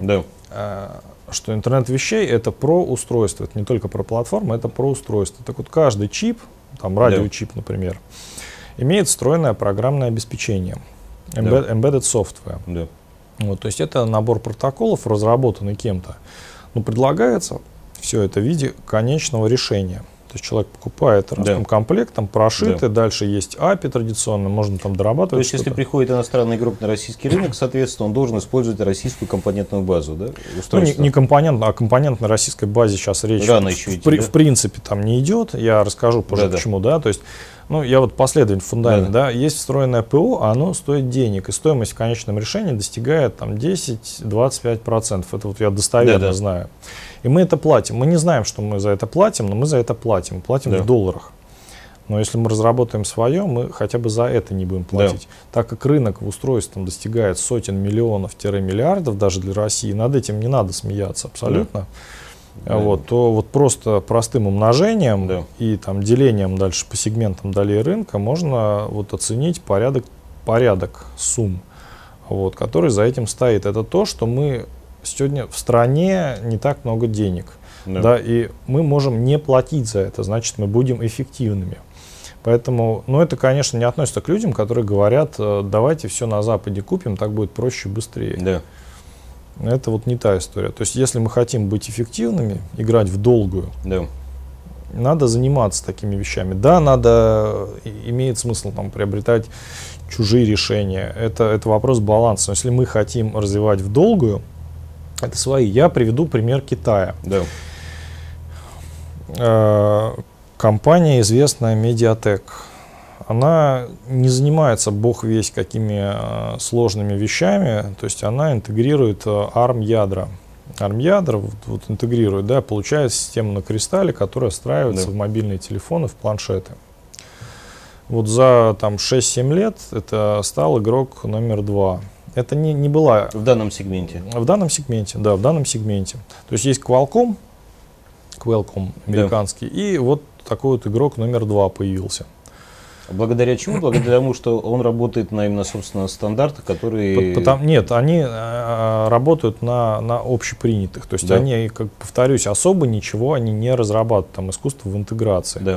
Что интернет вещей — это про устройство, это не только про платформу, это про устройство. Так вот, каждый чип, там радиочип, например, имеет встроенное программное обеспечение, embedded software. Вот, то есть это набор протоколов, разработанный кем-то, но предлагается все это в виде конечного решения. То есть человек покупает разным комплектом, прошитый, дальше есть API традиционно, можно там дорабатывать. То есть, если приходит иностанный игрок на российский рынок, соответственно, он должен использовать российскую компонентную базу, да? Не компонентную, а компонентной российской базе сейчас речь в принципе там не идет. Я расскажу позже почему, да. То есть Ну, я вот последовательный фундамент, да. Есть встроенное ПО, а оно стоит денег, и стоимость в конечном решении достигает там 10-25%. Это вот я достоверно знаю. И мы это платим. Мы не знаем, что мы за это платим, но мы за это платим. Платим в долларах. Но если мы разработаем свое, мы хотя бы за это не будем платить. Так как рынок в устройстве достигает сотен миллионов-миллиардов даже для России, над этим не надо смеяться абсолютно. Вот, то вот просто простым умножением и там делением дальше по сегментам долей рынка можно вот оценить порядок сумм, вот, который за этим стоит. Это то, что мы сегодня в стране не так много денег, да, и мы можем не платить за это, значит, мы будем эффективными. Поэтому, ну, это, конечно, не относится к людям, которые говорят, давайте все на Западе купим, так будет проще и быстрее. Да. Это вот не та история. То есть, если мы хотим быть эффективными, играть в долгую, надо заниматься такими вещами. Да, надо, имеет смысл там приобретать чужие решения. Это вопрос баланса. Но если мы хотим развивать в долгую, это свои. Я приведу пример Китая. Компания известная Mediatek. Она не занимается бог весть какими сложными вещами, то есть она интегрирует ARM-ядра. ARM-ядра вот интегрирует, да, получает систему на кристалле, которая встраивается в мобильные телефоны, в планшеты. Вот за там 6-7 лет это стал игрок номер 2. Это не была... В данном сегменте. В данном сегменте, да, в данном сегменте. То есть есть Qualcomm американский, и вот такой вот игрок номер 2 появился. Благодаря чему? Благодаря тому, что он работает на именно, собственно, стандартах, которые... Нет, они работают на общепринятых. То есть они, как повторюсь, особо ничего они не разрабатывают. Там искусство в интеграции.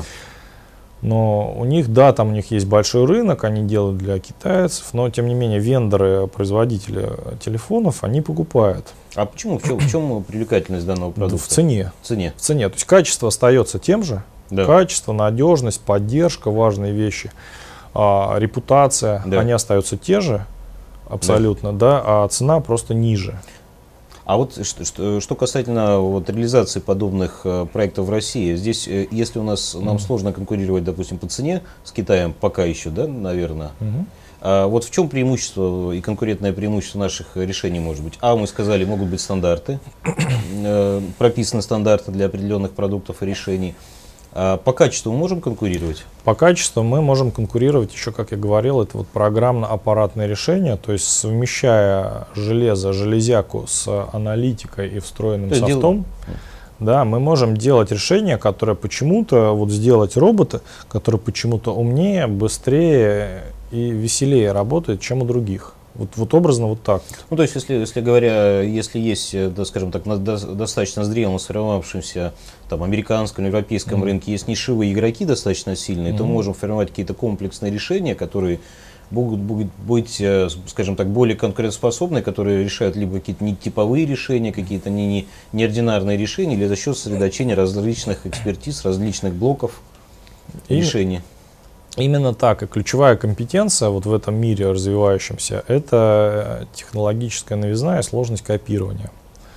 Но у них, там у них есть большой рынок, они делают для китайцев, но тем не менее вендоры, производители телефонов, они покупают. А почему? В чем привлекательность данного продукта? В цене. В цене. То есть качество остается тем же. Качество, надежность, поддержка, важные вещи, репутация, они остаются те же абсолютно, а цена просто ниже. А вот что касательно вот реализации подобных проектов в России, здесь, если нам сложно конкурировать, допустим, по цене с Китаем, пока еще, наверное, вот в чем преимущество и конкурентное преимущество наших решений может быть? Мы сказали, могут быть стандарты, прописаны стандарты для определенных продуктов и решений. По качеству мы можем конкурировать? По качеству мы можем конкурировать еще, как я говорил, это вот программно-аппаратное решение, то есть совмещая железяку с аналитикой и встроенным софтом, мы можем делать решения, которые почему-то, сделать робота, который почему-то умнее, быстрее и веселее работает, чем у других. Вот образно вот так. Ну, то есть, если есть, скажем так, на достаточно зрелом, сформировавшемся там американском, европейском рынке, есть нишевые игроки достаточно сильные, то мы можем формировать какие-то комплексные решения, которые будут быть, скажем так, более конкурентоспособны, которые решают либо какие-то нетиповые решения, какие-то неординарные решения, или за счет сосредоточения различных экспертиз, различных блоков решений. Именно так. И ключевая компетенция вот в этом мире развивающемся – это технологическая новизна и сложность копирования.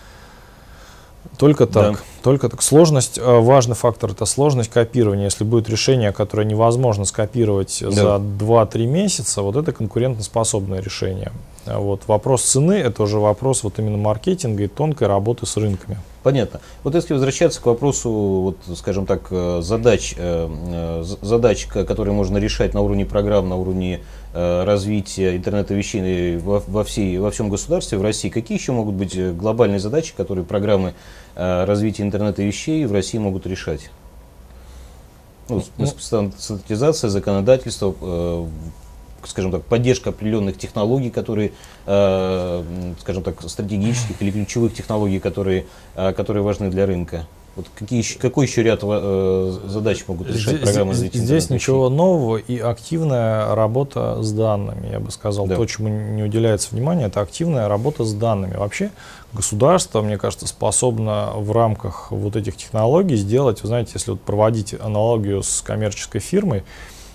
Только так. Только так. Сложность, важный фактор – это сложность копирования. Если будет решение, которое невозможно скопировать за 2-3 месяца, вот это конкурентоспособное решение. Вот. Вопрос цены – это уже вопрос вот именно маркетинга и тонкой работы с рынками. Понятно. Вот если возвращаться к вопросу, вот, скажем так, задач, которые можно решать на уровне программ, на уровне развития интернета вещей во всем государстве, в России, какие еще могут быть глобальные задачи, которые программы развития интернета вещей в России могут решать? Стандартизация, законодательство, скажем так, поддержка определенных технологий, которые, скажем так, стратегических или ключевых технологий, которые важны для рынка. Вот какой еще ряд задач могут решать программы развития интернета? Здесь ничего нового, и активная работа с данными, я бы сказал. То, чему не уделяется внимания, это активная работа с данными. Вообще государство, мне кажется, способно в рамках вот этих технологий сделать, вы знаете, если вот проводить аналогию с коммерческой фирмой,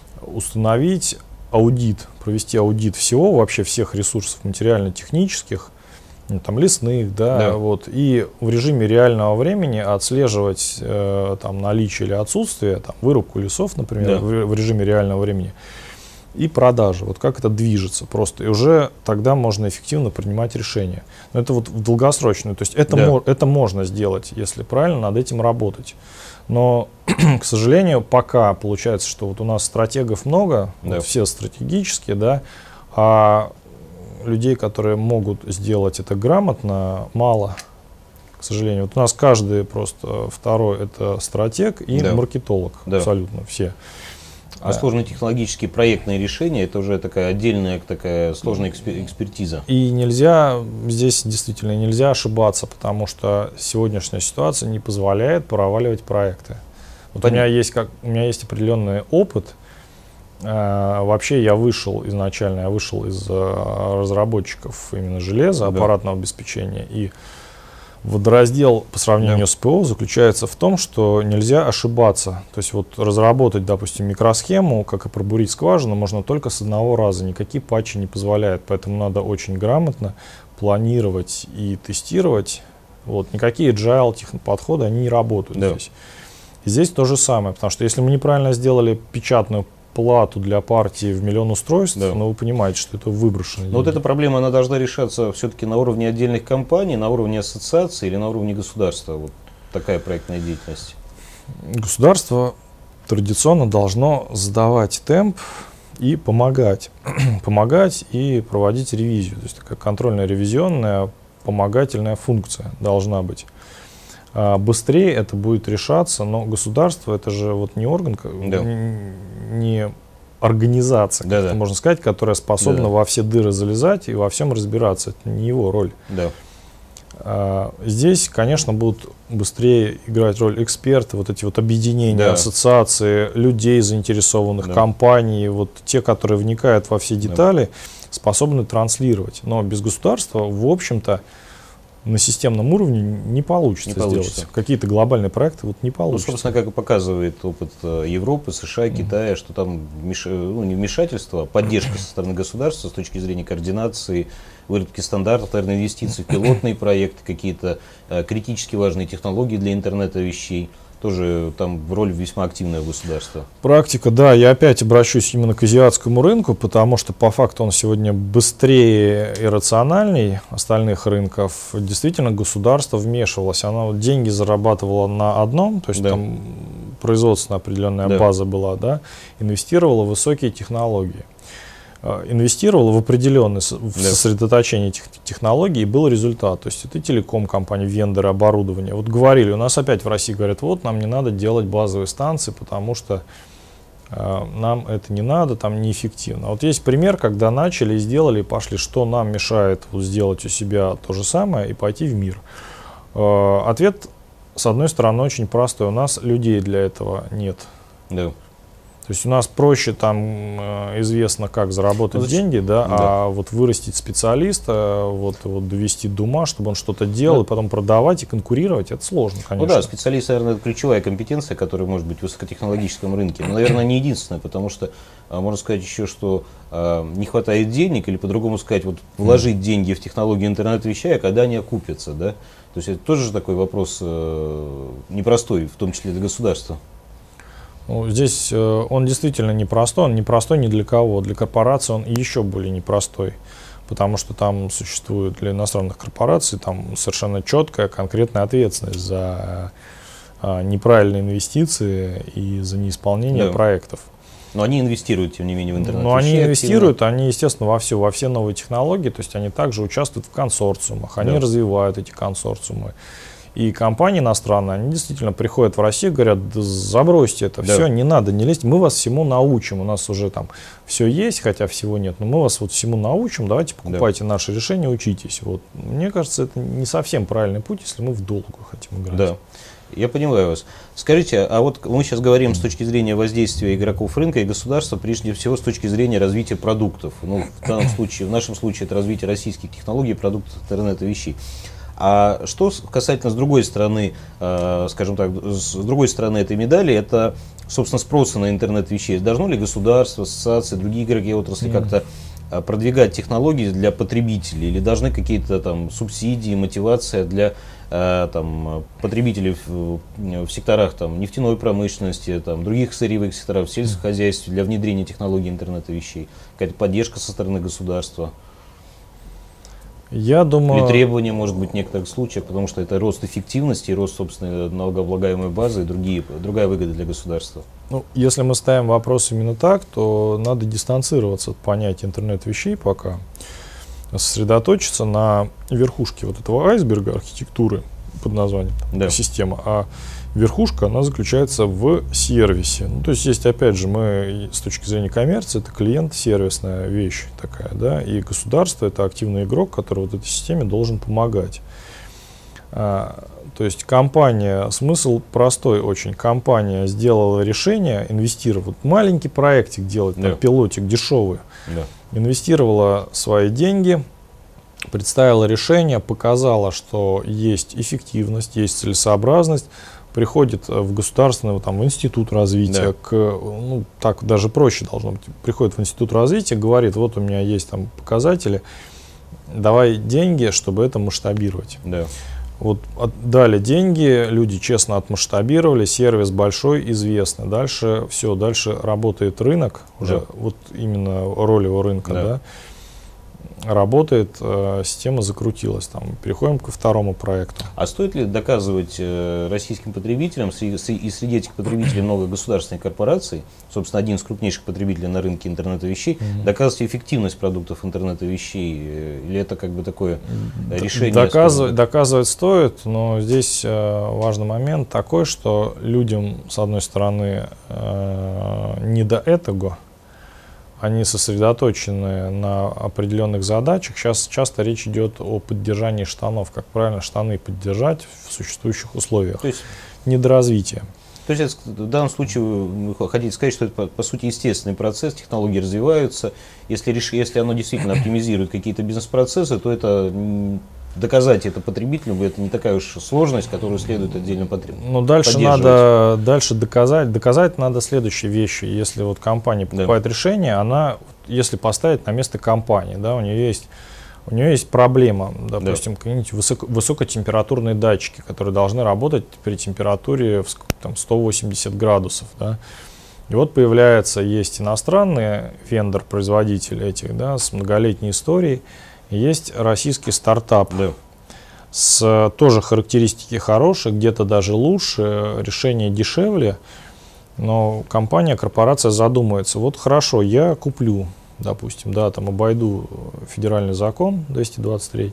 установить аудит, провести аудит всего, вообще всех ресурсов материально-технических, ну, там, лесных, да, вот, и в режиме реального времени отслеживать там, наличие или отсутствие, там, вырубку лесов, например, в режиме реального времени, и продажи, вот как это движется просто, и уже тогда можно эффективно принимать решения. Но это вот в долгосрочную, то есть это можно сделать, если правильно над этим работать. Но, к сожалению, пока получается, что вот у нас стратегов много, вот все стратегические, да, а людей, которые могут сделать это грамотно, мало, к сожалению. Вот у нас каждый просто второй это стратег и маркетолог, абсолютно все. А сложные технологические проектные решения — это уже такая отдельная такая сложная экспертиза. И нельзя, здесь действительно нельзя ошибаться, потому что сегодняшняя ситуация не позволяет проваливать проекты. Вот у меня есть определенный опыт. Вообще я вышел из разработчиков именно железа, аппаратного обеспечения, и водораздел по сравнению с ПО заключается в том, что нельзя ошибаться. То есть вот разработать, допустим, микросхему, как и пробурить скважину, можно только с одного раза. Никакие патчи не позволяют. Поэтому надо очень грамотно планировать и тестировать. Вот. Никакие agile подходы, они не работают здесь. И здесь то же самое. Потому что если мы неправильно сделали печатную плату для партии в 1 000 000 устройств, но вы понимаете, что это выброшено. Но вот эта проблема, она должна решаться все-таки на уровне отдельных компаний, на уровне ассоциаций или на уровне государства? Вот такая проектная деятельность. Государство традиционно должно задавать темп и помогать. Помогать и проводить ревизию. То есть такая контрольная ревизионная помогательная функция должна быть. Быстрее это будет решаться, но государство — это же вот не орган, не организация, как это можно сказать, которая способна во все дыры залезать и во всем разбираться. Это не его роль. Здесь, конечно, будут быстрее играть роль эксперты, вот эти вот объединения, ассоциации, людей заинтересованных, компаний, вот те, которые вникают во все детали, способны транслировать. Но без государства, в общем-то, на системном уровне не получится сделать. Какие-то глобальные проекты вот не получится. Ну, собственно, как и показывает опыт Европы, США, Китая, что там не вмешательство, а поддержка со стороны государства с точки зрения координации, выработки стандартов, наверное, инвестиций в пилотные проекты, какие-то критически важные технологии для интернета вещей. Тоже там роль весьма активная у государства. Практика, да, я опять обращусь именно к азиатскому рынку, потому что по факту он сегодня быстрее и рациональней остальных рынков. Действительно, государство вмешивалось, оно деньги зарабатывало на одном, то есть там производственная определенная база была, инвестировало в высокие технологии. Инвестировал в определенное сосредоточение этих технологий, и был результат. То есть это телеком-компании, вендоры оборудования. Вот говорили, у нас опять в России говорят, вот нам не надо делать базовые станции, потому что нам это не надо, там неэффективно. Вот есть пример, когда начали и сделали, и пошли, что нам мешает вот сделать у себя то же самое и пойти в мир. Ответ, с одной стороны, очень простой. У нас людей для этого нет. То есть у нас проще там известно, как заработать деньги, а вот вырастить специалиста, вот довести до ума, чтобы он что-то делал, и потом продавать и конкурировать, это сложно, конечно. Ну да, специалист, наверное, это ключевая компетенция, которая может быть в высокотехнологическом рынке. Но, наверное, не единственная, потому что можно сказать еще, что не хватает денег, или по-другому сказать, вот вложить деньги в технологии интернет-вещей, а когда они окупятся, да? То есть это тоже же такой вопрос непростой, в том числе для государства. Ну, здесь он действительно непростой, он непростой ни для кого. Для корпорации он еще более непростой, потому что там существует для иностранных корпораций там совершенно четкая, конкретная ответственность за неправильные инвестиции и за неисполнение проектов. Но они инвестируют, тем не менее, в интернет. Но они инвестируют, они, естественно, во все новые технологии, то есть они также участвуют в консорциумах, они развивают эти консорциумы. И компании иностранные, они действительно приходят в Россию и говорят, да забросьте это, все, не надо, не лезть, мы вас всему научим, у нас уже там все есть, хотя всего нет, но мы вас вот всему научим, давайте покупайте наши решения, учитесь. Вот. Мне кажется, это не совсем правильный путь, если мы в долгую хотим играть. Да, я понимаю вас. Скажите, а вот мы сейчас говорим с точки зрения воздействия игроков рынка и государства, прежде всего с точки зрения развития продуктов. Ну, в данном случае, в нашем случае это развитие российских технологий, продуктов интернета вещей. А что касательно с другой стороны, скажем так, с другой стороны этой медали, это, собственно, спроса на интернет вещей. Должно ли государство, ассоциации, другие игроки отрасли как-то продвигать технологии для потребителей, или должны какие-то там субсидии, мотивация для там, потребителей в секторах там, нефтяной промышленности, там, других сырьевых секторов, в сельском хозяйстве для внедрения технологий интернета вещей, какая-то поддержка со стороны государства? Я думаю... Или требования, может быть, в некоторых случаях, потому что это рост эффективности, рост собственной налогооблагаемой базы и другая выгода для государства. Ну, если мы ставим вопрос именно так, то надо дистанцироваться от понятия интернет-вещей пока, сосредоточиться на верхушке вот этого айсберга архитектуры под названием система, а верхушка, она заключается в сервисе. Ну, то есть, есть, опять же, мы с точки зрения коммерции, это клиент-сервисная вещь такая, да, и государство — это активный игрок, который вот этой системе должен помогать. То есть компания, смысл простой очень, компания сделала решение, инвестировала, маленький проектик делать, там, пилотик дешевый, инвестировала свои деньги, представила решение, показала, что есть эффективность, есть целесообразность, приходит в государственный там, в институт развития, ну, так даже проще должно быть, приходит в институт развития, говорит, вот у меня есть там показатели, давай деньги, чтобы это масштабировать. Вот дали деньги, люди честно отмасштабировали, сервис большой, известный. Дальше все, дальше работает рынок, уже вот именно роль его рынка, работает, система закрутилась. Там, переходим ко второму проекту. А стоит ли доказывать российским потребителям, и среди этих потребителей много государственных корпораций, собственно, один из крупнейших потребителей на рынке интернета вещей, доказывать эффективность продуктов интернета вещей? Или это как бы такое решение? Доказывать стоит, но здесь важный момент такой, что людям, с одной стороны, не до этого, они сосредоточены на определенных задачах. Сейчас часто речь идет о поддержании штанов, как правильно штаны поддержать в существующих условиях, то есть недоразвитие. То есть в данном случае вы хотите сказать, что это по сути естественный процесс, технологии развиваются. Если оно действительно оптимизирует какие-то бизнес-процессы, то это доказать это потребителю, это не такая уж сложность, которую следует отдельно поддерживать. Ну, дальше доказать надо следующие вещи. Если вот компания покупает решение, она, если поставить на место компании, да, у нее есть проблема, допустим, какие-нибудь высокотемпературные датчики, которые должны работать при температуре там, 180 градусов. Да. И вот есть иностранный вендор, производитель этих, да, с многолетней историей. Есть российский стартап с тоже характеристики хорошие, где-то даже лучше, решение дешевле, но компания, корпорация задумается, вот хорошо, я куплю, допустим, да, там обойду федеральный закон 223,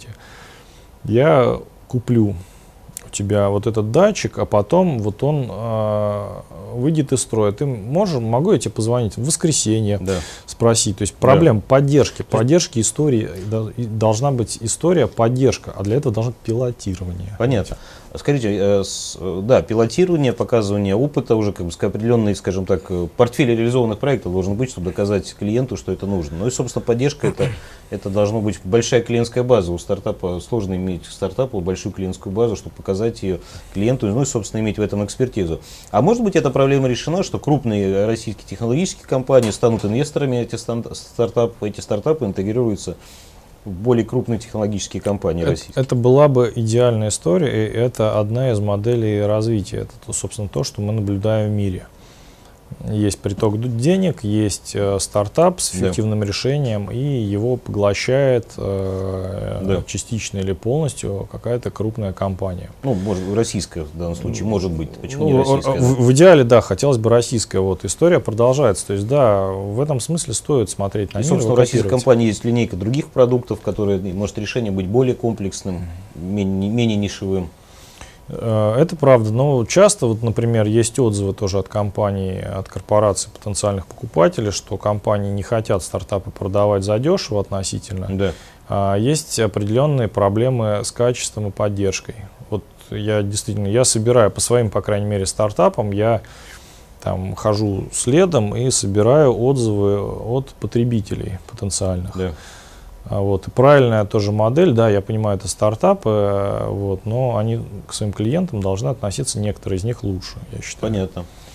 я куплю у тебя вот этот датчик, а потом вот он выйдет из строя. Могу я тебе позвонить в воскресенье, спросить. То есть проблема поддержки истории, должна быть история, поддержка, а для этого должно быть пилотирование. Понятно. Скажите, да, пилотирование, показывание опыта, уже как бы определенный, скажем так, портфель реализованных проектов должен быть, чтобы доказать клиенту, что это нужно. Ну и, собственно, поддержка это должна быть большая клиентская база. У стартапа сложно иметь большую клиентскую базу, чтобы показать ее клиенту, ну и, собственно, иметь в этом экспертизу. А может быть, эта проблема решена, что крупные российские технологические компании станут инвесторами этих стартапов, эти стартапы интегрируются в более крупные технологические компании российские. Это была бы идеальная история, и это одна из моделей развития. Это, собственно, то, что мы наблюдаем в мире. Есть приток денег, есть стартап с эффективным решением, и его поглощает частично или полностью какая-то крупная компания. Ну, может, российская в данном случае, может быть. Почему не российская? В идеале, да, хотелось бы российская. Вот, история продолжается. То есть, да, в этом смысле стоит смотреть на мир. Собственно, у российской компании есть линейка других продуктов, которые может решение быть более комплексным, менее нишевым. Это правда, но часто, вот, например, есть отзывы тоже от компаний, от корпораций, потенциальных покупателей, что компании не хотят стартапы продавать задешево относительно. Есть определенные проблемы с качеством и поддержкой. Вот я собираю по своим, по крайней мере, стартапам, я там хожу следом и собираю отзывы от потребителей потенциальных. Вот. И правильная тоже модель, да, я понимаю, это стартапы, вот, но они к своим клиентам должны относиться, некоторые из них лучше, я считаю. Понятно.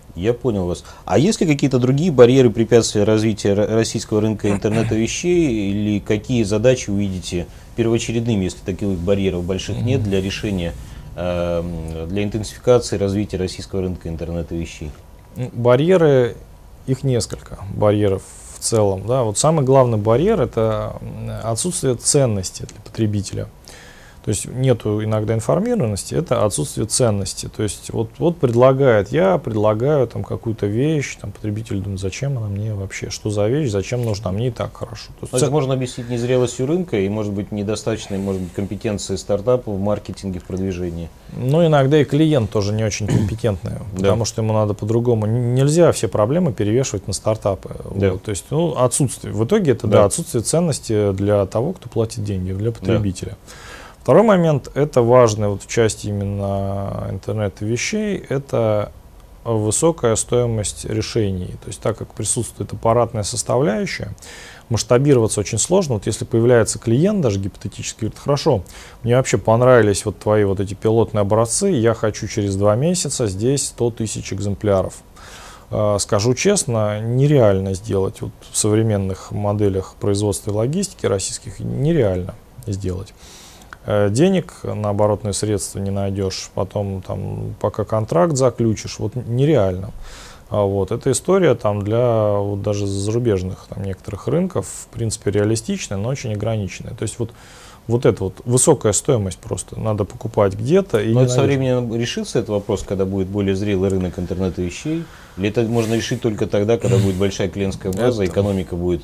Я понял вас. А есть ли какие-то другие барьеры, препятствия развития российского рынка интернета вещей, или какие задачи вы видите первоочередными, если таких барьеров больших нет, для решения, для интенсификации развития российского рынка интернета вещей? Барьеры, их несколько, барьеров в целом. Да. Вот самый главный барьер — это отсутствие ценности для потребителя. То есть нету иногда информированности, это отсутствие ценности. То есть вот я предлагаю там какую-то вещь, там потребитель думает, зачем она мне вообще, что за вещь, зачем нужна, мне и так хорошо. То есть это можно объяснить незрелостью рынка и, может быть, недостаточной, может быть, компетенции стартапа в маркетинге, в продвижении. Ну, иногда и клиент тоже не очень компетентный, потому что ему надо по-другому. Нельзя все проблемы перевешивать на стартапы. Да. Вот, то есть, отсутствие. В итоге это отсутствие ценности для того, кто платит деньги, для потребителя. Второй момент, это важный вот в части именно интернета вещей, это высокая стоимость решений. То есть так как присутствует аппаратная составляющая, масштабироваться очень сложно. Вот если появляется клиент, даже гипотетически, говорит, хорошо, мне вообще понравились вот твои вот эти пилотные образцы, я хочу через 2 месяца здесь 100 тысяч экземпляров. Скажу честно, нереально сделать вот в современных моделях производства и логистики российских, нереально сделать. Денег на оборотные средства не найдешь, потом там, пока контракт заключишь, вот нереально. Вот. Эта история там для вот даже зарубежных там, некоторых рынков в принципе реалистичная, но очень ограниченная. То есть вот эта вот высокая стоимость просто надо покупать где-то. Но это со временем решится этот вопрос, когда будет более зрелый рынок интернета вещей? Или это можно решить только тогда, когда будет большая клиентская база, экономика будет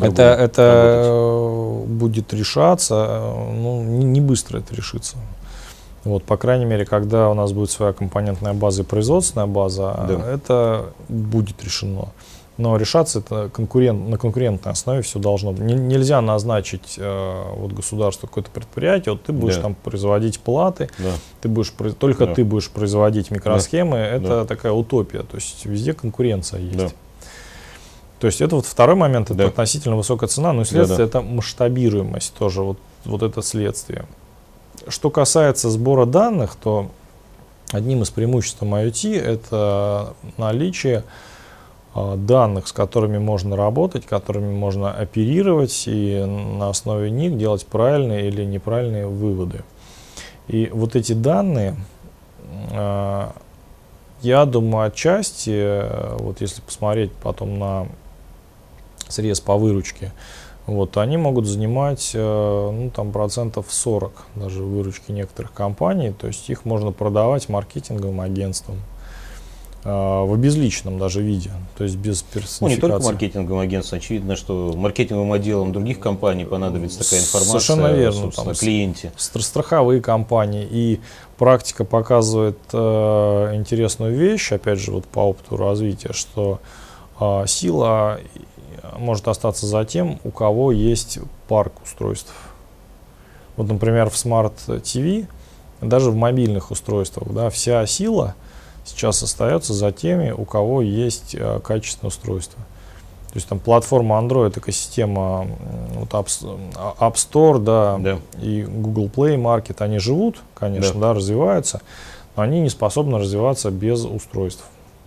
это будет решаться, ну, не быстро это решится. Вот, по крайней мере, когда у нас будет своя компонентная база и производственная база, это будет решено. Но решаться это на конкурентной основе все должно быть. Нельзя назначить вот государству какое-то предприятие, вот ты будешь там производить платы, ты будешь, только ты будешь производить микросхемы, это такая утопия. То есть везде конкуренция есть. То есть это вот второй момент, это относительно высокая цена, но и следствие это масштабируемость тоже, вот это следствие. Что касается сбора данных, то одним из преимуществ IoT это наличие данных, с которыми можно работать, которыми можно оперировать и на основе них делать правильные или неправильные выводы. И вот эти данные, я думаю, отчасти, вот если посмотреть потом на срез по выручке, вот, они могут занимать ну, там, процентов 40 даже выручки некоторых компаний, то есть их можно продавать маркетинговым агентствам. В обезличенном даже виде, то есть без персонификации. Ну, не только маркетинговым агентством, очевидно, что маркетинговым отделам других компаний понадобится такая информация. Совершенно верно, о клиенте. Страховые компании. И практика показывает интересную вещь, опять же, вот по опыту развития, что сила может остаться за тем, у кого есть парк устройств. Вот, например, в Smart TV, даже в мобильных устройствах, да, вся сила сейчас остается за теми, у кого есть качественное устройство. То есть там платформа Android, экосистема вот App Store, и Google Play Market, они живут, конечно, развиваются, но они не способны развиваться без устройств.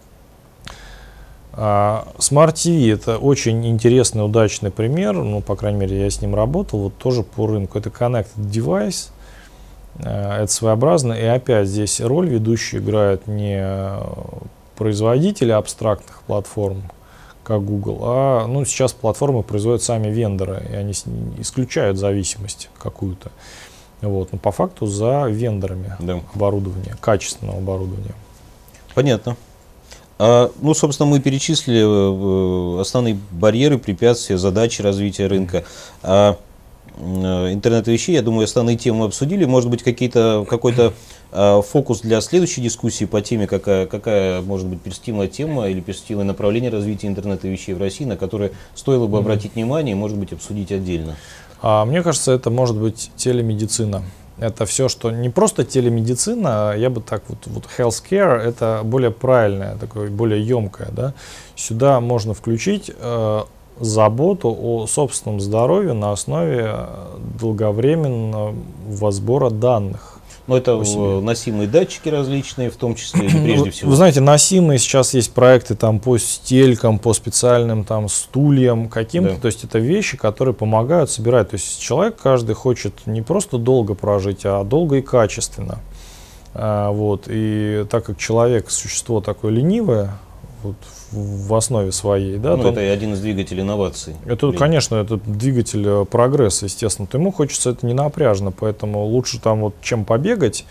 Smart TV это очень интересный, удачный пример, ну, по крайней мере, я с ним работал, вот тоже по рынку. Это Connected Device. Это своеобразно, и опять здесь роль ведущую играют не производители абстрактных платформ, как Google, а ну, сейчас платформы производят сами вендоры, и они исключают зависимость какую-то. Вот, но по факту за вендорами оборудования, качественного оборудования. Понятно. Ну, собственно, мы перечислили основные барьеры, препятствия, задачи развития рынка. Интернета вещей, я думаю, основные темы мы обсудили. Может быть, какой-то фокус для следующей дискуссии по теме, какая может быть перспективная тема или перспективное направление развития интернета вещей в России, на которое стоило бы обратить внимание и, может быть, обсудить отдельно? Мне кажется, это может быть телемедицина. Это все, что не просто телемедицина, я бы так вот healthcare, это более правильное, такое более емкое, да. Сюда можно включить заботу о собственном здоровье на основе долговременного сбора данных. Но это носимые датчики различные, в том числе, или прежде всего. Вы знаете, носимые сейчас есть проекты там по стелькам, по специальным там стульям каким-то. Да. То есть это вещи, которые помогают собирать. То есть человек каждый хочет не просто долго прожить, а долго и качественно. Вот. И так как человек существо такое ленивое, вот, в основе своей, да, Ну, это один из двигателей инноваций. Это, конечно, это двигатель прогресса, естественно. То ему хочется это не напряжно, поэтому лучше там вот чем побегать,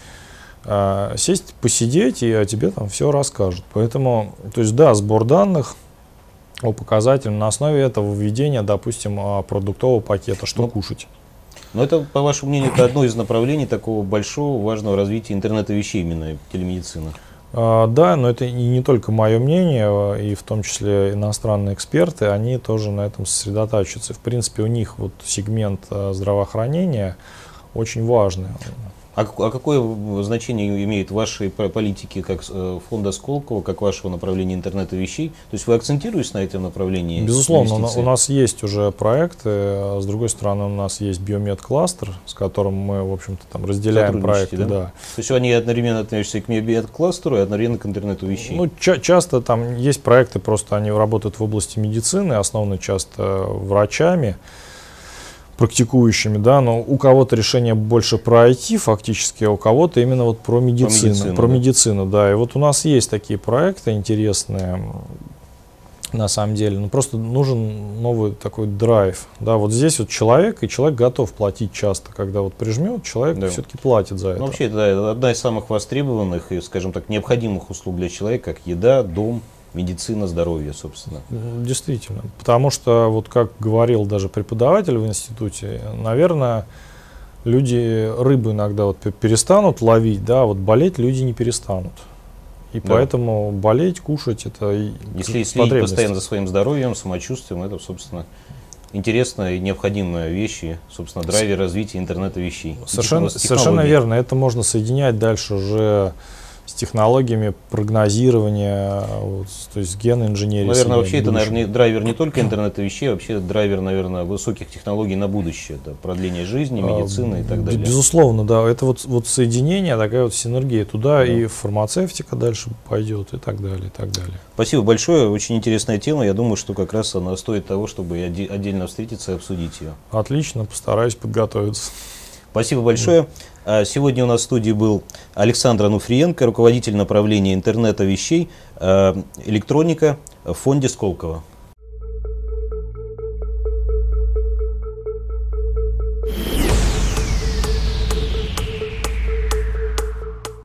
сесть, посидеть, и о тебе там все расскажут. Поэтому, то есть, да, сбор данных о показателям, на основе этого введения, допустим, продуктового пакета, что кушать. Но это, по вашему мнению, это одно из направлений такого большого, важного развития интернета вещей, именно телемедицины. Да, но это и не только мое мнение, и в том числе иностранные эксперты, они тоже на этом сосредотачиваются. В принципе, у них вот сегмент здравоохранения очень важный. А какое значение имеет в вашей политике как фонда Сколково, как вашего направления интернета вещей? То есть вы акцентируетесь на этом направлении? Безусловно, у нас есть уже проекты, а с другой стороны у нас есть биомед-кластер, с которым мы, в общем-то, там разделяем проекты. Да? Да. То есть они одновременно относятся и к биомед-кластеру, и одновременно к интернету вещей? Ну, часто там есть проекты, просто они работают в области медицины, основаны часто врачами, практикующими, да, но у кого-то решение больше про IT фактически, а у кого-то именно вот про медицину. Про медицину, да. И вот у нас есть такие проекты интересные, на самом деле. Ну, просто нужен новый такой драйв. Да, вот здесь вот человек, и человек готов платить часто. Когда вот прижмет, человек все-таки платит за это. Ну, вообще, это одна из самых востребованных и, скажем так, необходимых услуг для человека, как еда, дом, медицина, здоровье, собственно. Действительно. Потому что, вот как говорил даже преподаватель в институте, наверное, люди рыбу иногда вот перестанут ловить, да, вот болеть люди не перестанут. И поэтому болеть, кушать — это если следить постоянно за своим здоровьем, самочувствием, это, собственно, интересная и необходимая вещь, и, собственно, драйвер развития интернета вещей. Совершенно верно. Это можно соединять дальше уже с технологиями прогнозирования, вот, то есть генной инженерии. Наверное, вообще это, наверное, драйвер не только интернета вещей, а вообще драйвер, наверное, высоких технологий на будущее, это продление жизни, медицины и так далее. Безусловно, да. Это вот соединение, такая вот синергия. Туда и фармацевтика дальше пойдет и так далее, и так далее. Спасибо большое. Очень интересная тема. Я думаю, что как раз она стоит того, чтобы отдельно встретиться и обсудить ее. Отлично, постараюсь подготовиться. Спасибо большое. Сегодня у нас в студии был Александр Ануфриенко, руководитель направления интернета вещей, электроника в фонде Сколково.